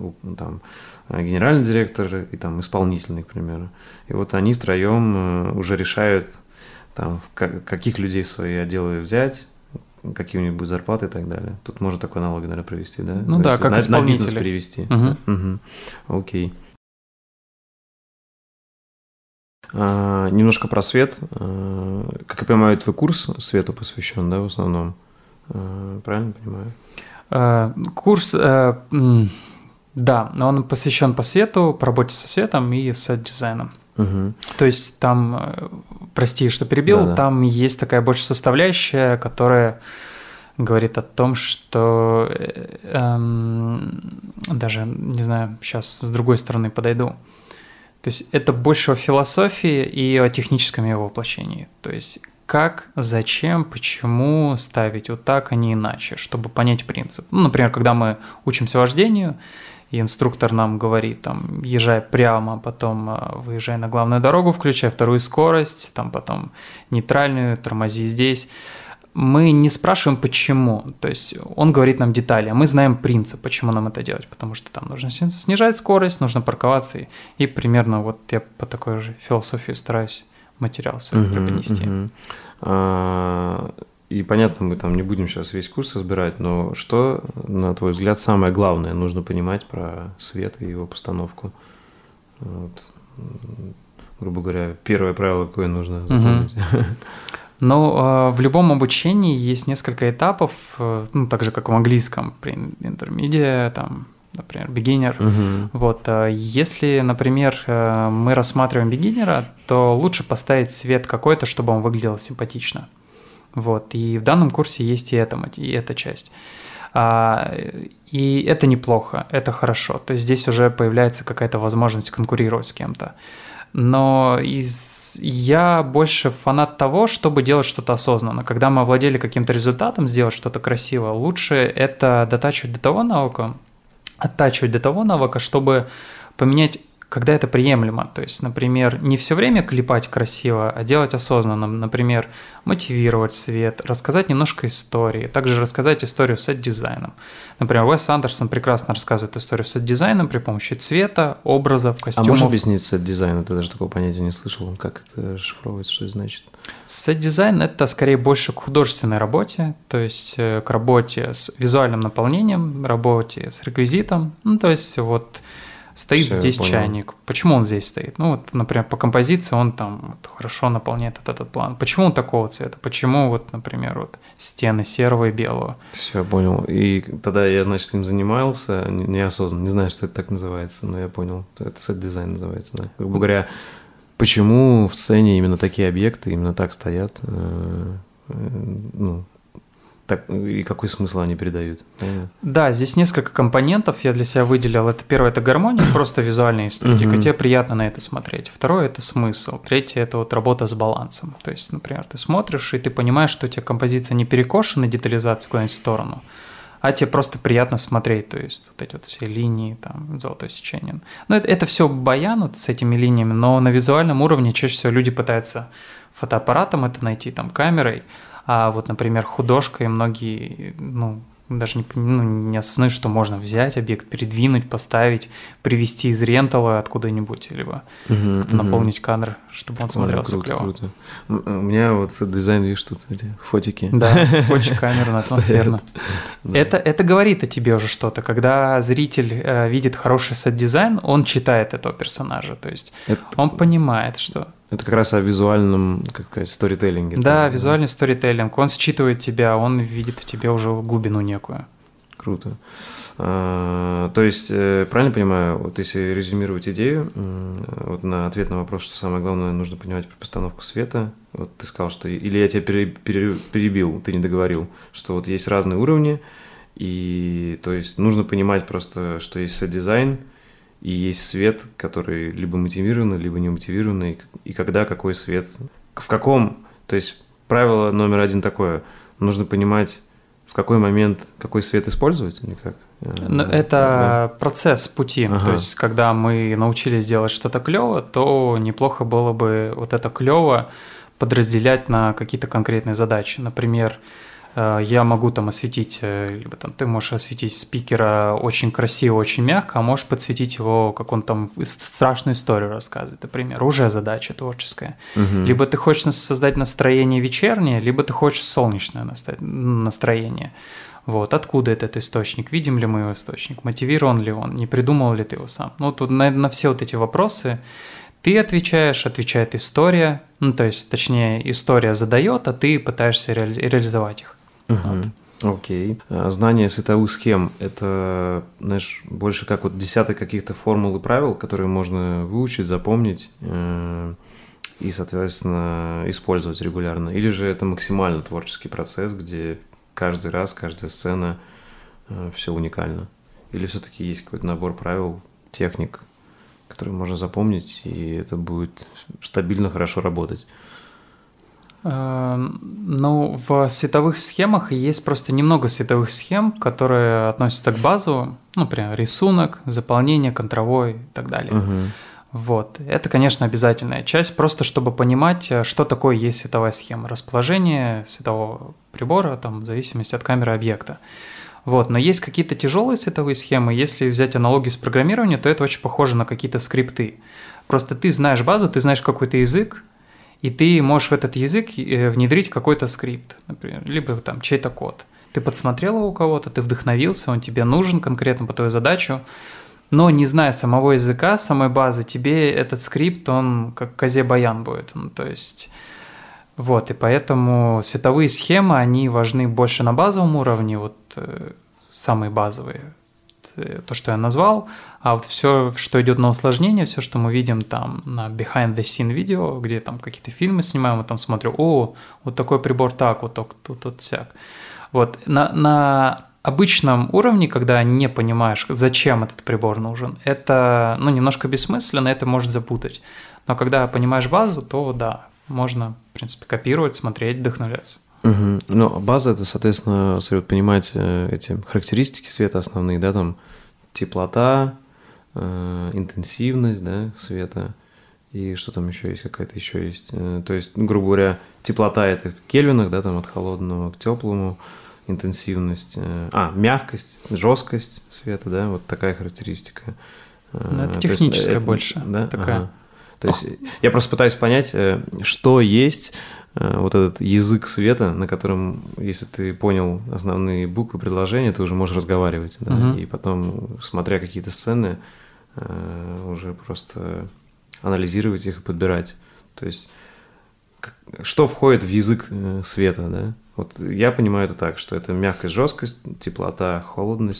генеральный директор и там исполнительный, к примеру. И вот они втроем уже решают, там, каких людей в свои отделы взять, какие у них будут зарплаты и так далее. Тут можно такую аналогию, наверное, провести, да? Ну да, как исполнители. На бизнес перевести. Окей. Немножко про свет. Как я понимаю, твой курс свету посвящен, да, в основном? Правильно понимаю? Курс, да, он посвящен по свету, по работе со светом и сет-дизайном. То есть там, прости, что перебил, там есть такая больше составляющая, которая говорит о том, что даже, не знаю, сейчас с другой стороны подойду. То есть это больше о философии и о техническом его воплощении. То есть как, зачем, почему ставить вот так, а не иначе, чтобы понять принцип. Ну, например, когда мы учимся вождению, и инструктор нам говорит, там, езжай прямо, потом выезжай на главную дорогу, включай вторую скорость, там, потом нейтральную, тормози здесь. Мы не спрашиваем, почему. То есть он говорит нам детали, а мы знаем принцип, почему нам это делать. Потому что там нужно снижать скорость, нужно парковаться. И примерно вот я по такой же философии стараюсь материал свой преподнести. И понятно, мы там не будем сейчас весь курс разбирать, но что, на твой взгляд, самое главное нужно понимать про свет и его постановку? Вот, грубо говоря, первое правило, какое нужно запомнить? Но в любом обучении есть несколько этапов, ну, так же, как в английском, при intermediate, там, например, beginner. Вот, если, например, мы рассматриваем beginner, то лучше поставить свет какой-то, чтобы он выглядел симпатично. Вот, и в данном курсе есть и эта часть. И это неплохо, это хорошо. То есть здесь уже появляется какая-то возможность конкурировать с кем-то. Но я больше фанат того, чтобы делать что-то осознанно. Когда мы овладели каким-то результатом, сделать что-то красиво, лучше это оттачивать до того навыка, чтобы поменять, когда это приемлемо. То есть, например, не все время клепать красиво, а делать осознанно. Например, мотивировать свет, рассказать немножко истории, также рассказать историю с сет-дизайном. Например, Уэс Андерсон прекрасно рассказывает историю с сет-дизайном при помощи цвета, образов, костюмов. А можешь объяснить сет-дизайн? Ты даже такого понятия не слышал. Как это расшифровывается, что это значит? Сет-дизайн – это скорее больше к художественной работе, то есть к работе с визуальным наполнением, работе с реквизитом. Ну, то есть вот стоит здесь чайник. Почему он здесь стоит? Ну, вот, например, по композиции он там вот хорошо наполняет этот план. Почему он такого цвета? Почему вот, например, вот стены серого и белого? Все, понял. И тогда я, значит, им занимался неосознанно. Не знаю, что это так называется, но я понял. Это сет-дизайн называется, да? Грубо говоря, Почему в сцене именно такие объекты именно так стоят? Так, и какой смысл они передают? Да, здесь несколько компонентов я для себя выделил. Это первое – это гармония, просто визуальная эстетика. Тебе приятно на это смотреть. Второе – это смысл. Третье – это вот работа с балансом. То есть, например, ты смотришь, и ты понимаешь, что у тебя композиция не перекошена, детализация куда-нибудь в сторону, а тебе просто приятно смотреть. То есть вот эти вот все линии, там, золотое сечение. Но это все баян вот с этими линиями, но на визуальном уровне чаще всего люди пытаются фотоаппаратом это найти, там, камерой. А вот, например, художкой многие, даже не осознают, что можно взять объект, передвинуть, поставить, привести из рентала откуда-нибудь, либо как-то наполнить кадр, чтобы он смотрелся клево. Круто. У меня вот дизайн, видишь, тут эти фотики. Да, очень камерно, атмосферно. Это говорит о тебе уже что-то. Когда зритель видит хороший сет-дизайн, он читает этого персонажа, то есть он понимает, что... Это как раз о визуальном, как сказать, сторителлинге. Да, визуальный сторителлинг. Он считывает тебя, он видит в тебе уже глубину некую. Круто. То есть, правильно понимаю, вот если резюмировать идею, вот на ответ на вопрос, что самое главное, нужно понимать про постановку света, вот ты сказал, что... Или я тебя перебил, ты не договорил, что вот есть разные уровни, и то есть нужно понимать просто, что есть сет-дизайн, и есть свет, который либо мотивированный, либо не мотивированный, и когда какой свет, в каком, то есть правило номер один такое, нужно понимать, в какой момент какой свет использовать, или как? Это процесс пути, то есть когда мы научились делать что-то клево, то неплохо было бы вот это клево подразделять на какие-то конкретные задачи, например, я могу там осветить, либо там ты можешь осветить спикера очень красиво, очень мягко, а можешь подсветить его, как он там страшную историю рассказывает, например, уже задача творческая. Либо ты хочешь создать настроение вечернее, либо ты хочешь солнечное настроение. Вот, откуда этот источник? Видим ли мы его источник? Мотивирован ли он? Не придумал ли ты его сам? Ну, тут на все вот эти вопросы ты отвечаешь, отвечает история, то есть, точнее, история задает, а ты пытаешься реализовать их. Окей. Знание световых схем – это, знаешь, больше как вот десяток каких-то формул и правил, которые можно выучить, запомнить и, соответственно, использовать регулярно. Или же это максимально творческий процесс, где каждый раз, каждая сцена все уникально. Или все-таки есть какой-то набор правил, техник, которые можно запомнить, и это будет стабильно хорошо работать. В световых схемах есть просто немного световых схем, которые относятся к базовым, например, рисунок, заполнение, контровой и так далее. Вот. Это, конечно, обязательная часть, просто чтобы понимать, что такое есть световая схема, расположение светового прибора, там, в зависимости от камеры объекта. Вот. Но есть какие-то тяжелые световые схемы, если взять аналогию с программированием, то это очень похоже на какие-то скрипты. Просто ты знаешь базу, ты знаешь какой-то язык, и ты можешь в этот язык внедрить какой-то скрипт, например, либо там чей-то код. Ты подсмотрел его у кого-то, ты вдохновился, он тебе нужен конкретно по твою задачу, но не зная самого языка, самой базы, тебе этот скрипт, он как козе-баян будет. То есть, вот, и поэтому световые схемы, они важны больше на базовом уровне, вот самые базовые, то, что я назвал, а вот все, что идет на усложнение, все, что мы видим там на behind the scene видео, где там какие-то фильмы снимаем, мы там смотрим, вот такой прибор так, вот тут всяк. Вот, на обычном уровне, когда не понимаешь, зачем этот прибор нужен, это, немножко бессмысленно, это может запутать. Но когда понимаешь базу, то да, можно, в принципе, копировать, смотреть, вдохновляться. Ну, база – это, соответственно, следует понимать эти характеристики света основные, да, там теплота, интенсивность, да, света, и что там еще есть, какая-то еще есть. То есть, грубо говоря, теплота – это в кельвинах, да, там от холодного к теплому, интенсивность, мягкость, жесткость света, да, вот такая характеристика. Это техническая больше, да? Такая. То есть я просто пытаюсь понять, что есть вот этот язык света, на котором, если ты понял основные буквы предложения, ты уже можешь разговаривать, да, и потом, смотря какие-то сцены, уже просто анализировать их и подбирать. То есть что входит в язык света, да? Вот я понимаю это так, что это мягкость, жесткость, теплота, холодность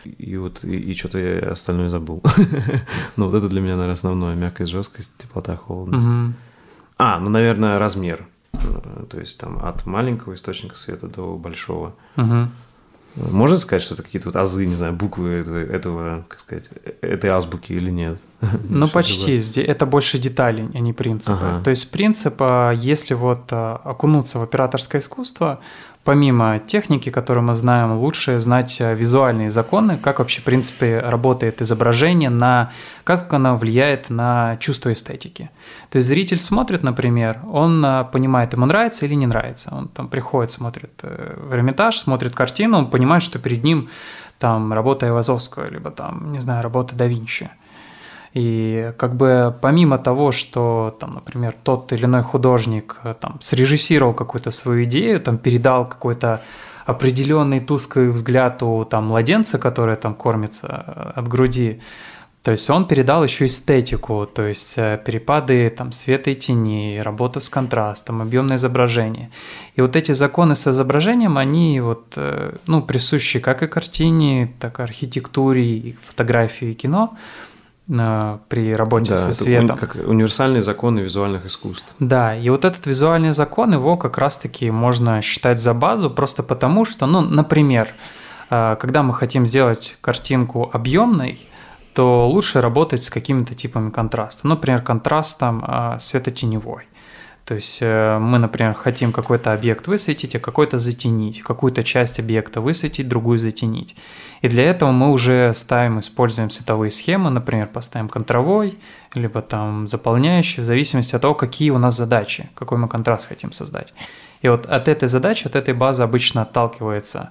И что-то я остальное забыл. Ну, вот это для меня, наверное, основное. Мягкость, жесткость, теплота, холодность. Ну, наверное, размер. То есть там от маленького источника света до большого. Можно сказать, что это какие-то вот азы, не знаю, буквы этого, как сказать, этой азбуки или нет? Ну, почти. Это больше детали, а не принципы. То есть принцип, если вот окунуться в операторское искусство, помимо техники, которую мы знаем, лучше знать визуальные законы, как вообще, в принципе, работает изображение, как оно влияет на чувство эстетики. То есть зритель смотрит, например, он понимает, ему нравится или не нравится. Он там приходит, смотрит в Эрмитаж, смотрит картину, он понимает, что перед ним там работа Айвазовского, либо там, не знаю, работа да Винчи. И как бы помимо того, что там, например, тот или иной художник там срежиссировал какую-то свою идею, там передал какой-то определенный тусклый взгляд у там младенца, который там кормится от груди, то есть он передал еще эстетику, то есть перепады там света и теней, работу с контрастом, объемное изображение. И вот эти законы с изображением, они вот, ну, присущи как и картине, так и архитектуре, и фотографии, и кино, при работе со светом. Как универсальные законы визуальных искусств. Да, и вот этот визуальный закон, его как раз-таки можно считать за базу, просто потому что, ну, например, когда мы хотим сделать картинку объемной, то лучше работать с какими-то типами контраста. Например, контрастом светотеневой. То есть мы, например, хотим какой-то объект высветить, а какой-то затенить, какую-то часть объекта высветить, другую затенить. И для этого мы уже используем световые схемы, например, поставим контровой, либо там заполняющий, в зависимости от того, какие у нас задачи, какой мы контраст хотим создать. И вот от этой задачи, от этой базы обычно отталкивается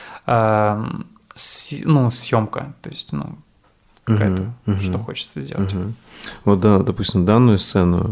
съемка, то есть какая-то, что хочется сделать. Вот, да, допустим, данную сцену,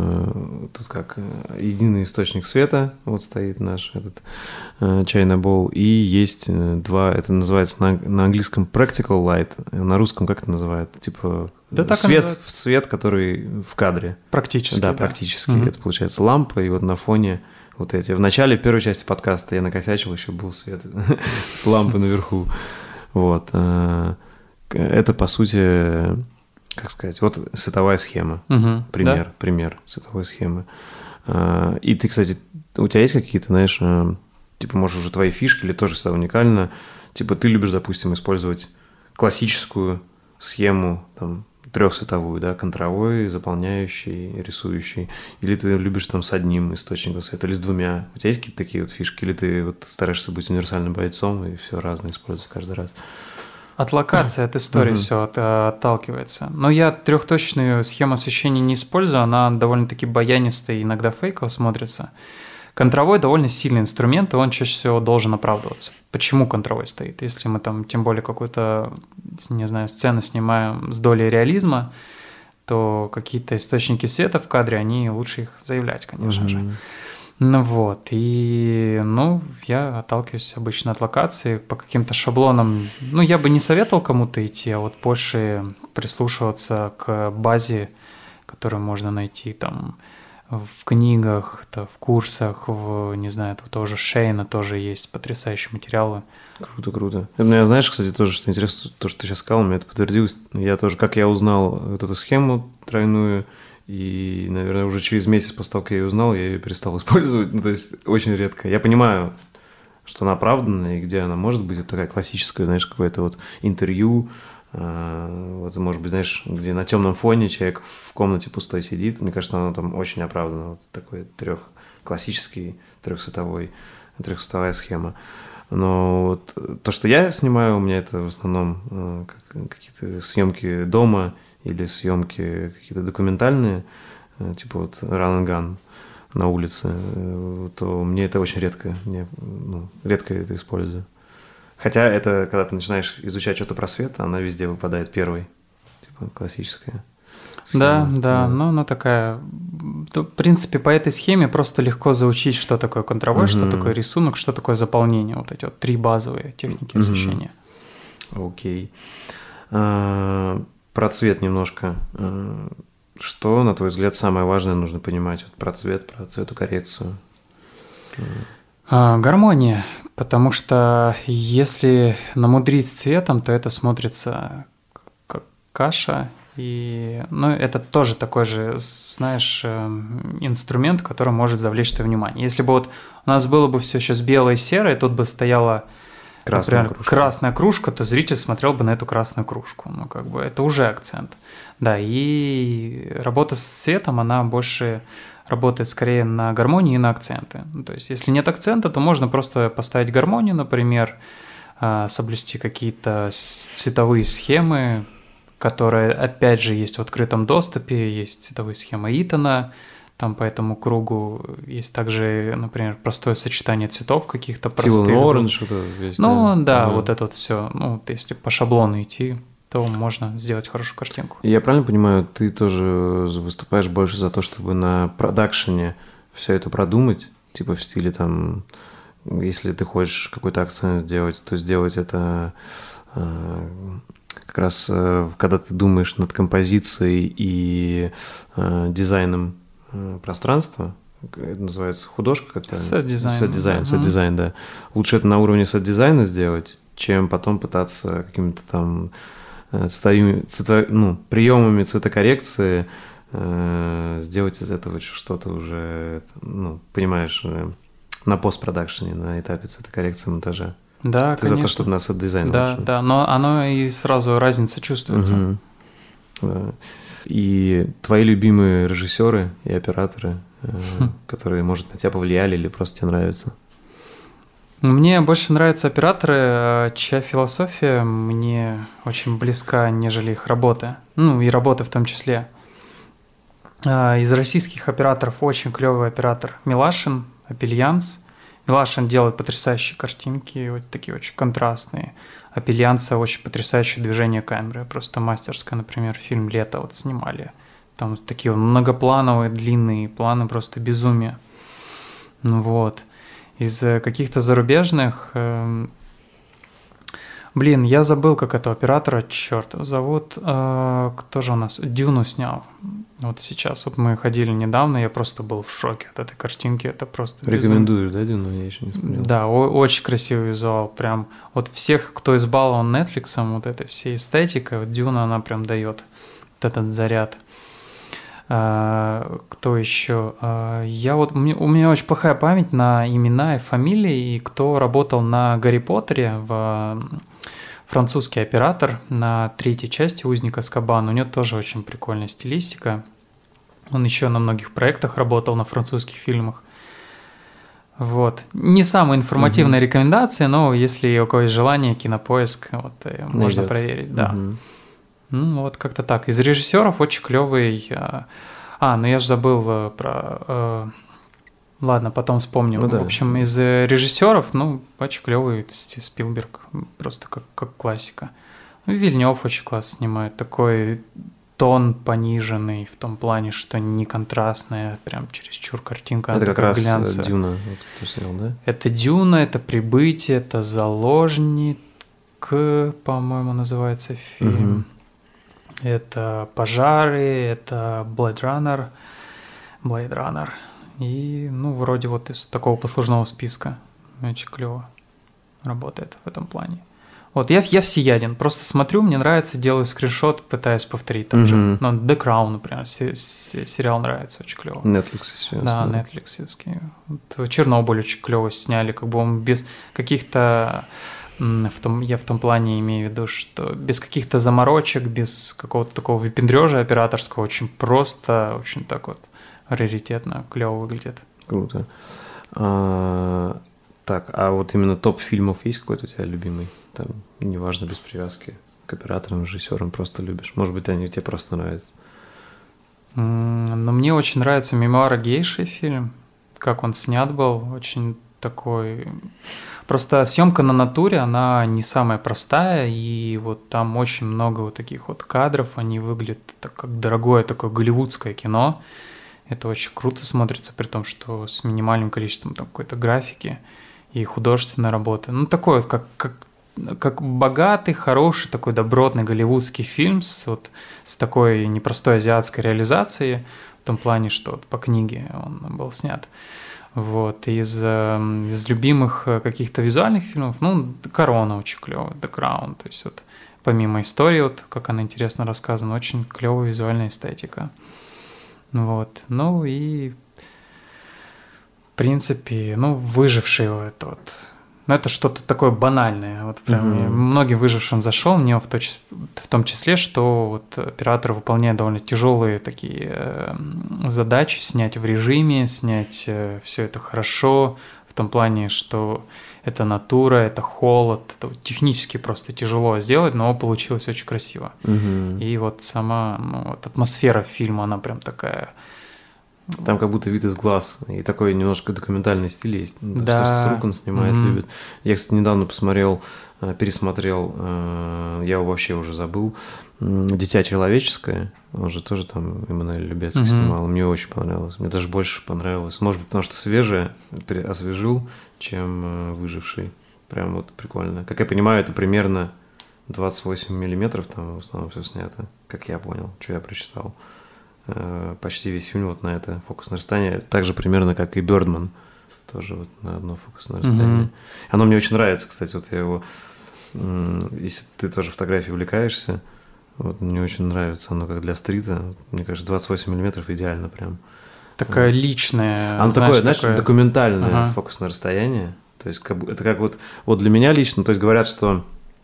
тут как единый источник света, вот стоит наш этот чайный бол, и есть два, это называется на английском practical light, на русском как это называют? Типа да, свет, который в кадре. Практически. Да, практически. Это получается лампа, и вот на фоне вот эти. В первой части подкаста я накосячил, еще был свет с лампы наверху. Вот. Это, по сути, как сказать, вот световая схема. Пример световой схемы. И ты, кстати, у тебя есть какие-то, знаешь, типа, может, уже твои фишки или тоже всегда уникально, типа, ты любишь, допустим, использовать классическую схему, там, трехсветовую, да, контровой, заполняющий, рисующий, или ты любишь там с одним источником света, или с двумя. У тебя есть какие-то такие вот фишки, или ты вот стараешься быть универсальным бойцом и все разное использовать каждый раз? От локации, от истории все отталкивается. Но я трехточечную схему освещения не использую, она довольно-таки баянистая и иногда фейково смотрится. Контровой довольно сильный инструмент, и он чаще всего должен оправдываться. Почему контровой стоит? Если мы там тем более какую-то, не знаю, сцену снимаем с долей реализма, то какие-то источники света в кадре, они лучше их заявлять, конечно же. Ну вот, и, я отталкиваюсь обычно от локации по каким-то шаблонам. Я бы не советовал кому-то идти, а вот больше прислушиваться к базе, которую можно найти там в книгах, в курсах, не знаю, тоже Шейна тоже есть потрясающие материалы. Круто. Я, знаешь, кстати, тоже, что интересно, то, что ты сейчас сказал, мне это подтвердилось. Я тоже, как я узнал вот эту схему тройную, и, наверное, уже через месяц после того, как я ее узнал, я ее перестал использовать. То есть очень редко. Я понимаю, что она оправдана, и где она может быть. Это такая классическая, знаешь, какое-то вот интервью. Вот, может быть, знаешь, где на темном фоне человек в комнате пустой сидит. Мне кажется, она там очень оправдана. Вот такой классический трехсветовая схема. Но вот то, что я снимаю, у меня это в основном какие-то съемки дома или съемки какие-то документальные, типа вот run and gun на улице, то мне это очень редко, редко это использую. Хотя это, когда ты начинаешь изучать что-то про свет, она везде выпадает первой, типа классическая схема. Да, но она такая, в принципе, по этой схеме просто легко заучить, что такое контровой, что такое рисунок, что такое заполнение, вот эти вот 3 базовые техники освещения. Окей. Про цвет немножко. Что, на твой взгляд, самое важное нужно понимать вот про цвет, про цветокоррекцию? Гармония, потому что если намудрить с цветом, то это смотрится как каша. И, это тоже такой же, знаешь, инструмент, который может завлечь твое внимание. Если бы вот у нас было бы все сейчас белое и серое, тут бы стояла, красная кружка, то зритель смотрел бы на эту красную кружку. Это уже акцент. Да, и работа с цветом, она больше работает скорее на гармонии и на акценты. То есть, если нет акцента, то можно просто поставить гармонию, например, соблюсти какие-то цветовые схемы, которые, опять же, есть в открытом доступе, есть цветовые схемы Итона, там по этому кругу есть также, например, простое сочетание цветов каких-то простых. Orange что-то есть. Вот это вот все. Если по шаблону идти, то можно сделать хорошую картинку. Я правильно понимаю, ты тоже выступаешь больше за то, чтобы на продакшене все это продумать, типа в стиле там, если ты хочешь какой-то акцент сделать, то сделать это как раз когда ты думаешь над композицией и дизайном пространства, это называется художка как-то? Сет-дизайн, да. Лучше это на уровне сет-дизайна сделать, чем потом пытаться какими-то там приемами цветокоррекции сделать из этого что-то уже, понимаешь, на постпродакшене, на этапе цветокоррекции монтажа. Да, ты конечно. за то, чтобы на сет-дизайн Да, но оно и сразу разница чувствуется. Угу. Да. И твои любимые режиссеры и операторы, которые, может, на тебя повлияли или просто тебе нравятся? Мне больше нравятся операторы, чья философия мне очень близка, нежели их работы. И работы в том числе. Из российских операторов очень клевый оператор Милашин, Апельянс. Милашин делает потрясающие картинки, вот такие очень контрастные. Апельянса очень потрясающее движение камеры, просто мастерское. Например, фильм «Лето» вот снимали. Там такие многоплановые, длинные планы, просто безумие. Из каких-то зарубежных... я забыл, как этого оператора, черт, зовут... кто же у нас? «Дюну» снял. Вот сейчас. Вот мы ходили недавно, я просто был в шоке от этой картинки. Это просто рекомендуешь, да, «Дюну»? Я еще не смотрел. Да, очень красивый визуал. Прям вот всех, кто избалован Netflix'ом, вот этой всей эстетикой, вот «Дюна», она прям дает вот этот заряд. Кто еще? У меня очень плохая память на имена и фамилии, и кто работал на «Гарри Поттере», французский оператор на 3-й части «Узник Азкабана». У него тоже очень прикольная стилистика. Он еще на многих проектах работал, на французских фильмах. Не самая информативная рекомендация, но если у кого есть желание, Кинопоиск, можно проверить. Да. Как-то так. Из режиссеров очень клевый. Я же забыл про... Ладно, потом вспомню. В общем, из режиссеров, очень клевый Спилберг, просто как классика. Вильнёв очень классно снимает. Такой тон пониженный в том плане, что не контрастная, прям чересчур картинка. Это как раз глянца. «Дюна», кто снял, да? Это «Дюна», это «Прибытие», это «Заложник», по-моему, называется фильм. Это «Пожары», это «Blade Runner». И, вроде из такого послужного списка. Очень клево работает в этом плане. Я всеяден. Просто смотрю, мне нравится, делаю скриншот, пытаюсь повторить. Там же, The Crown, например, сериал нравится, очень клево. Netflix сейчас. Да, Netflix-евский. Чернобыль очень клево сняли, он без каких-то... Я в том плане имею в виду, что без каких-то заморочек, без какого-то такого выпендрежа операторского, очень просто, очень так раритетно, клево выглядит. Круто. Так, а вот именно топ фильмов есть какой-то у тебя любимый? Там, неважно, без привязки к операторам, режиссерам, просто любишь. Может быть, они тебе просто нравятся. Но мне очень нравится «Мемуары гейши» фильм. Как он снят был, очень такой... Просто съемка на натуре, она не самая простая, и там очень много таких кадров, они выглядят как дорогое такое голливудское кино. Это очень круто смотрится, при том, что с минимальным количеством какой-то графики и художественной работы. Такой как богатый, хороший, такой добротный голливудский фильм с такой непростой азиатской реализацией, в том плане, что по книге он был снят. Вот, из любимых каких-то визуальных фильмов, ну, «Корона» очень клёвая, «The Crown», то есть вот помимо истории, вот как она интересно рассказана, очень клёвая визуальная эстетика. Вот, ну и в принципе, ну, «Выживший» это вот, ну, это что-то такое банальное, вот прям многим выжившим зашел, мне в том числе, что вот оператор выполняет довольно тяжелые такие задачи, снять в режиме, снять все это хорошо, в том плане, что это натура, это холод, это вот технически просто тяжело сделать, но получилось очень красиво. И вот сама, ну, вот атмосфера фильма, она прям такая... Там как будто вид из глаз, и такой немножко документальный стиль есть. Да. Что с рук он снимает, любит. Я, кстати, недавно пересмотрел, я его вообще уже забыл, «Дитя человеческое», он же тоже там Эммануэль Любецкий снимал, мне очень понравилось, мне даже больше понравилось. Может быть, потому что свежее, освежил, чем «Выживший». Прям вот прикольно. Как я понимаю, это примерно 28 миллиметров, там в основном все снято, как я понял, что я прочитал. Почти весь фильм вот на это фокусное расстояние, так же примерно, как и «Бёрдман», тоже вот на одно фокусное расстояние. Оно мне очень нравится, кстати, вот я его, если ты тоже фотографией увлекаешься, вот мне очень нравится оно как для стрита, мне кажется, 28 миллиметров идеально прям. Такая личная. Оно такое, знаешь, документальное фокусное расстояние, то есть это как вот для меня лично, то есть говорят, что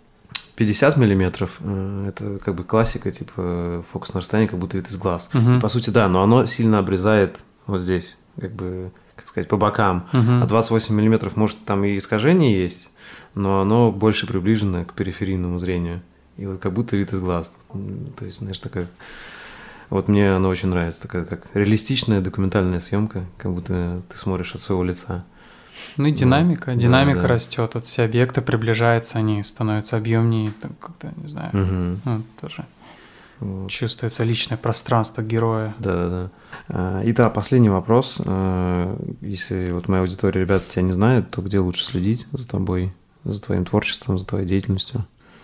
50 миллиметров – это как бы классика, типа фокусное расстояние, как будто вид из глаз. По сути, да, но оно сильно обрезает вот здесь, как бы, как сказать, по бокам. А 28 миллиметров, может, там и искажение есть, но оно больше приближено к периферийному зрению. И вот как будто вид из глаз. То есть, знаешь, такая… Вот мне оно очень нравится, такая как реалистичная документальная съемка, как будто ты смотришь от своего лица. Ну и динамика растет, вот все объекты приближаются, они становятся объемнее, как-то, не знаю, ну, тоже чувствуется личное пространство героя. Да. Итак, последний вопрос. Если вот моя аудитория, ребята, тебя не знают, то где лучше следить за тобой, за твоим творчеством, за твоей деятельностью?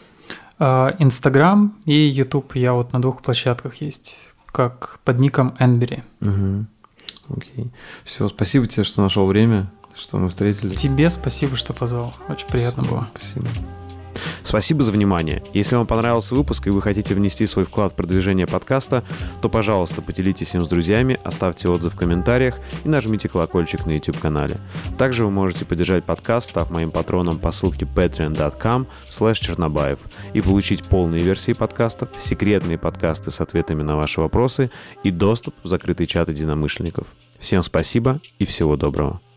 Инстаграм и Ютуб. Я вот на 2 площадках есть, как под ником Энбери. Окей. Все, спасибо тебе, что нашел время, что мы встретились. Тебе спасибо, что позвал. Очень приятно было. Спасибо. Спасибо за внимание. Если вам понравился выпуск и вы хотите внести свой вклад в продвижение подкаста, то, пожалуйста, поделитесь им с друзьями, оставьте отзыв в комментариях и нажмите колокольчик на YouTube-канале. Также вы можете поддержать подкаст, став моим патроном по ссылке patreon.com/Чернобаев и получить полные версии подкастов, секретные подкасты с ответами на ваши вопросы и доступ в закрытый чат единомышленников. Всем спасибо и всего доброго.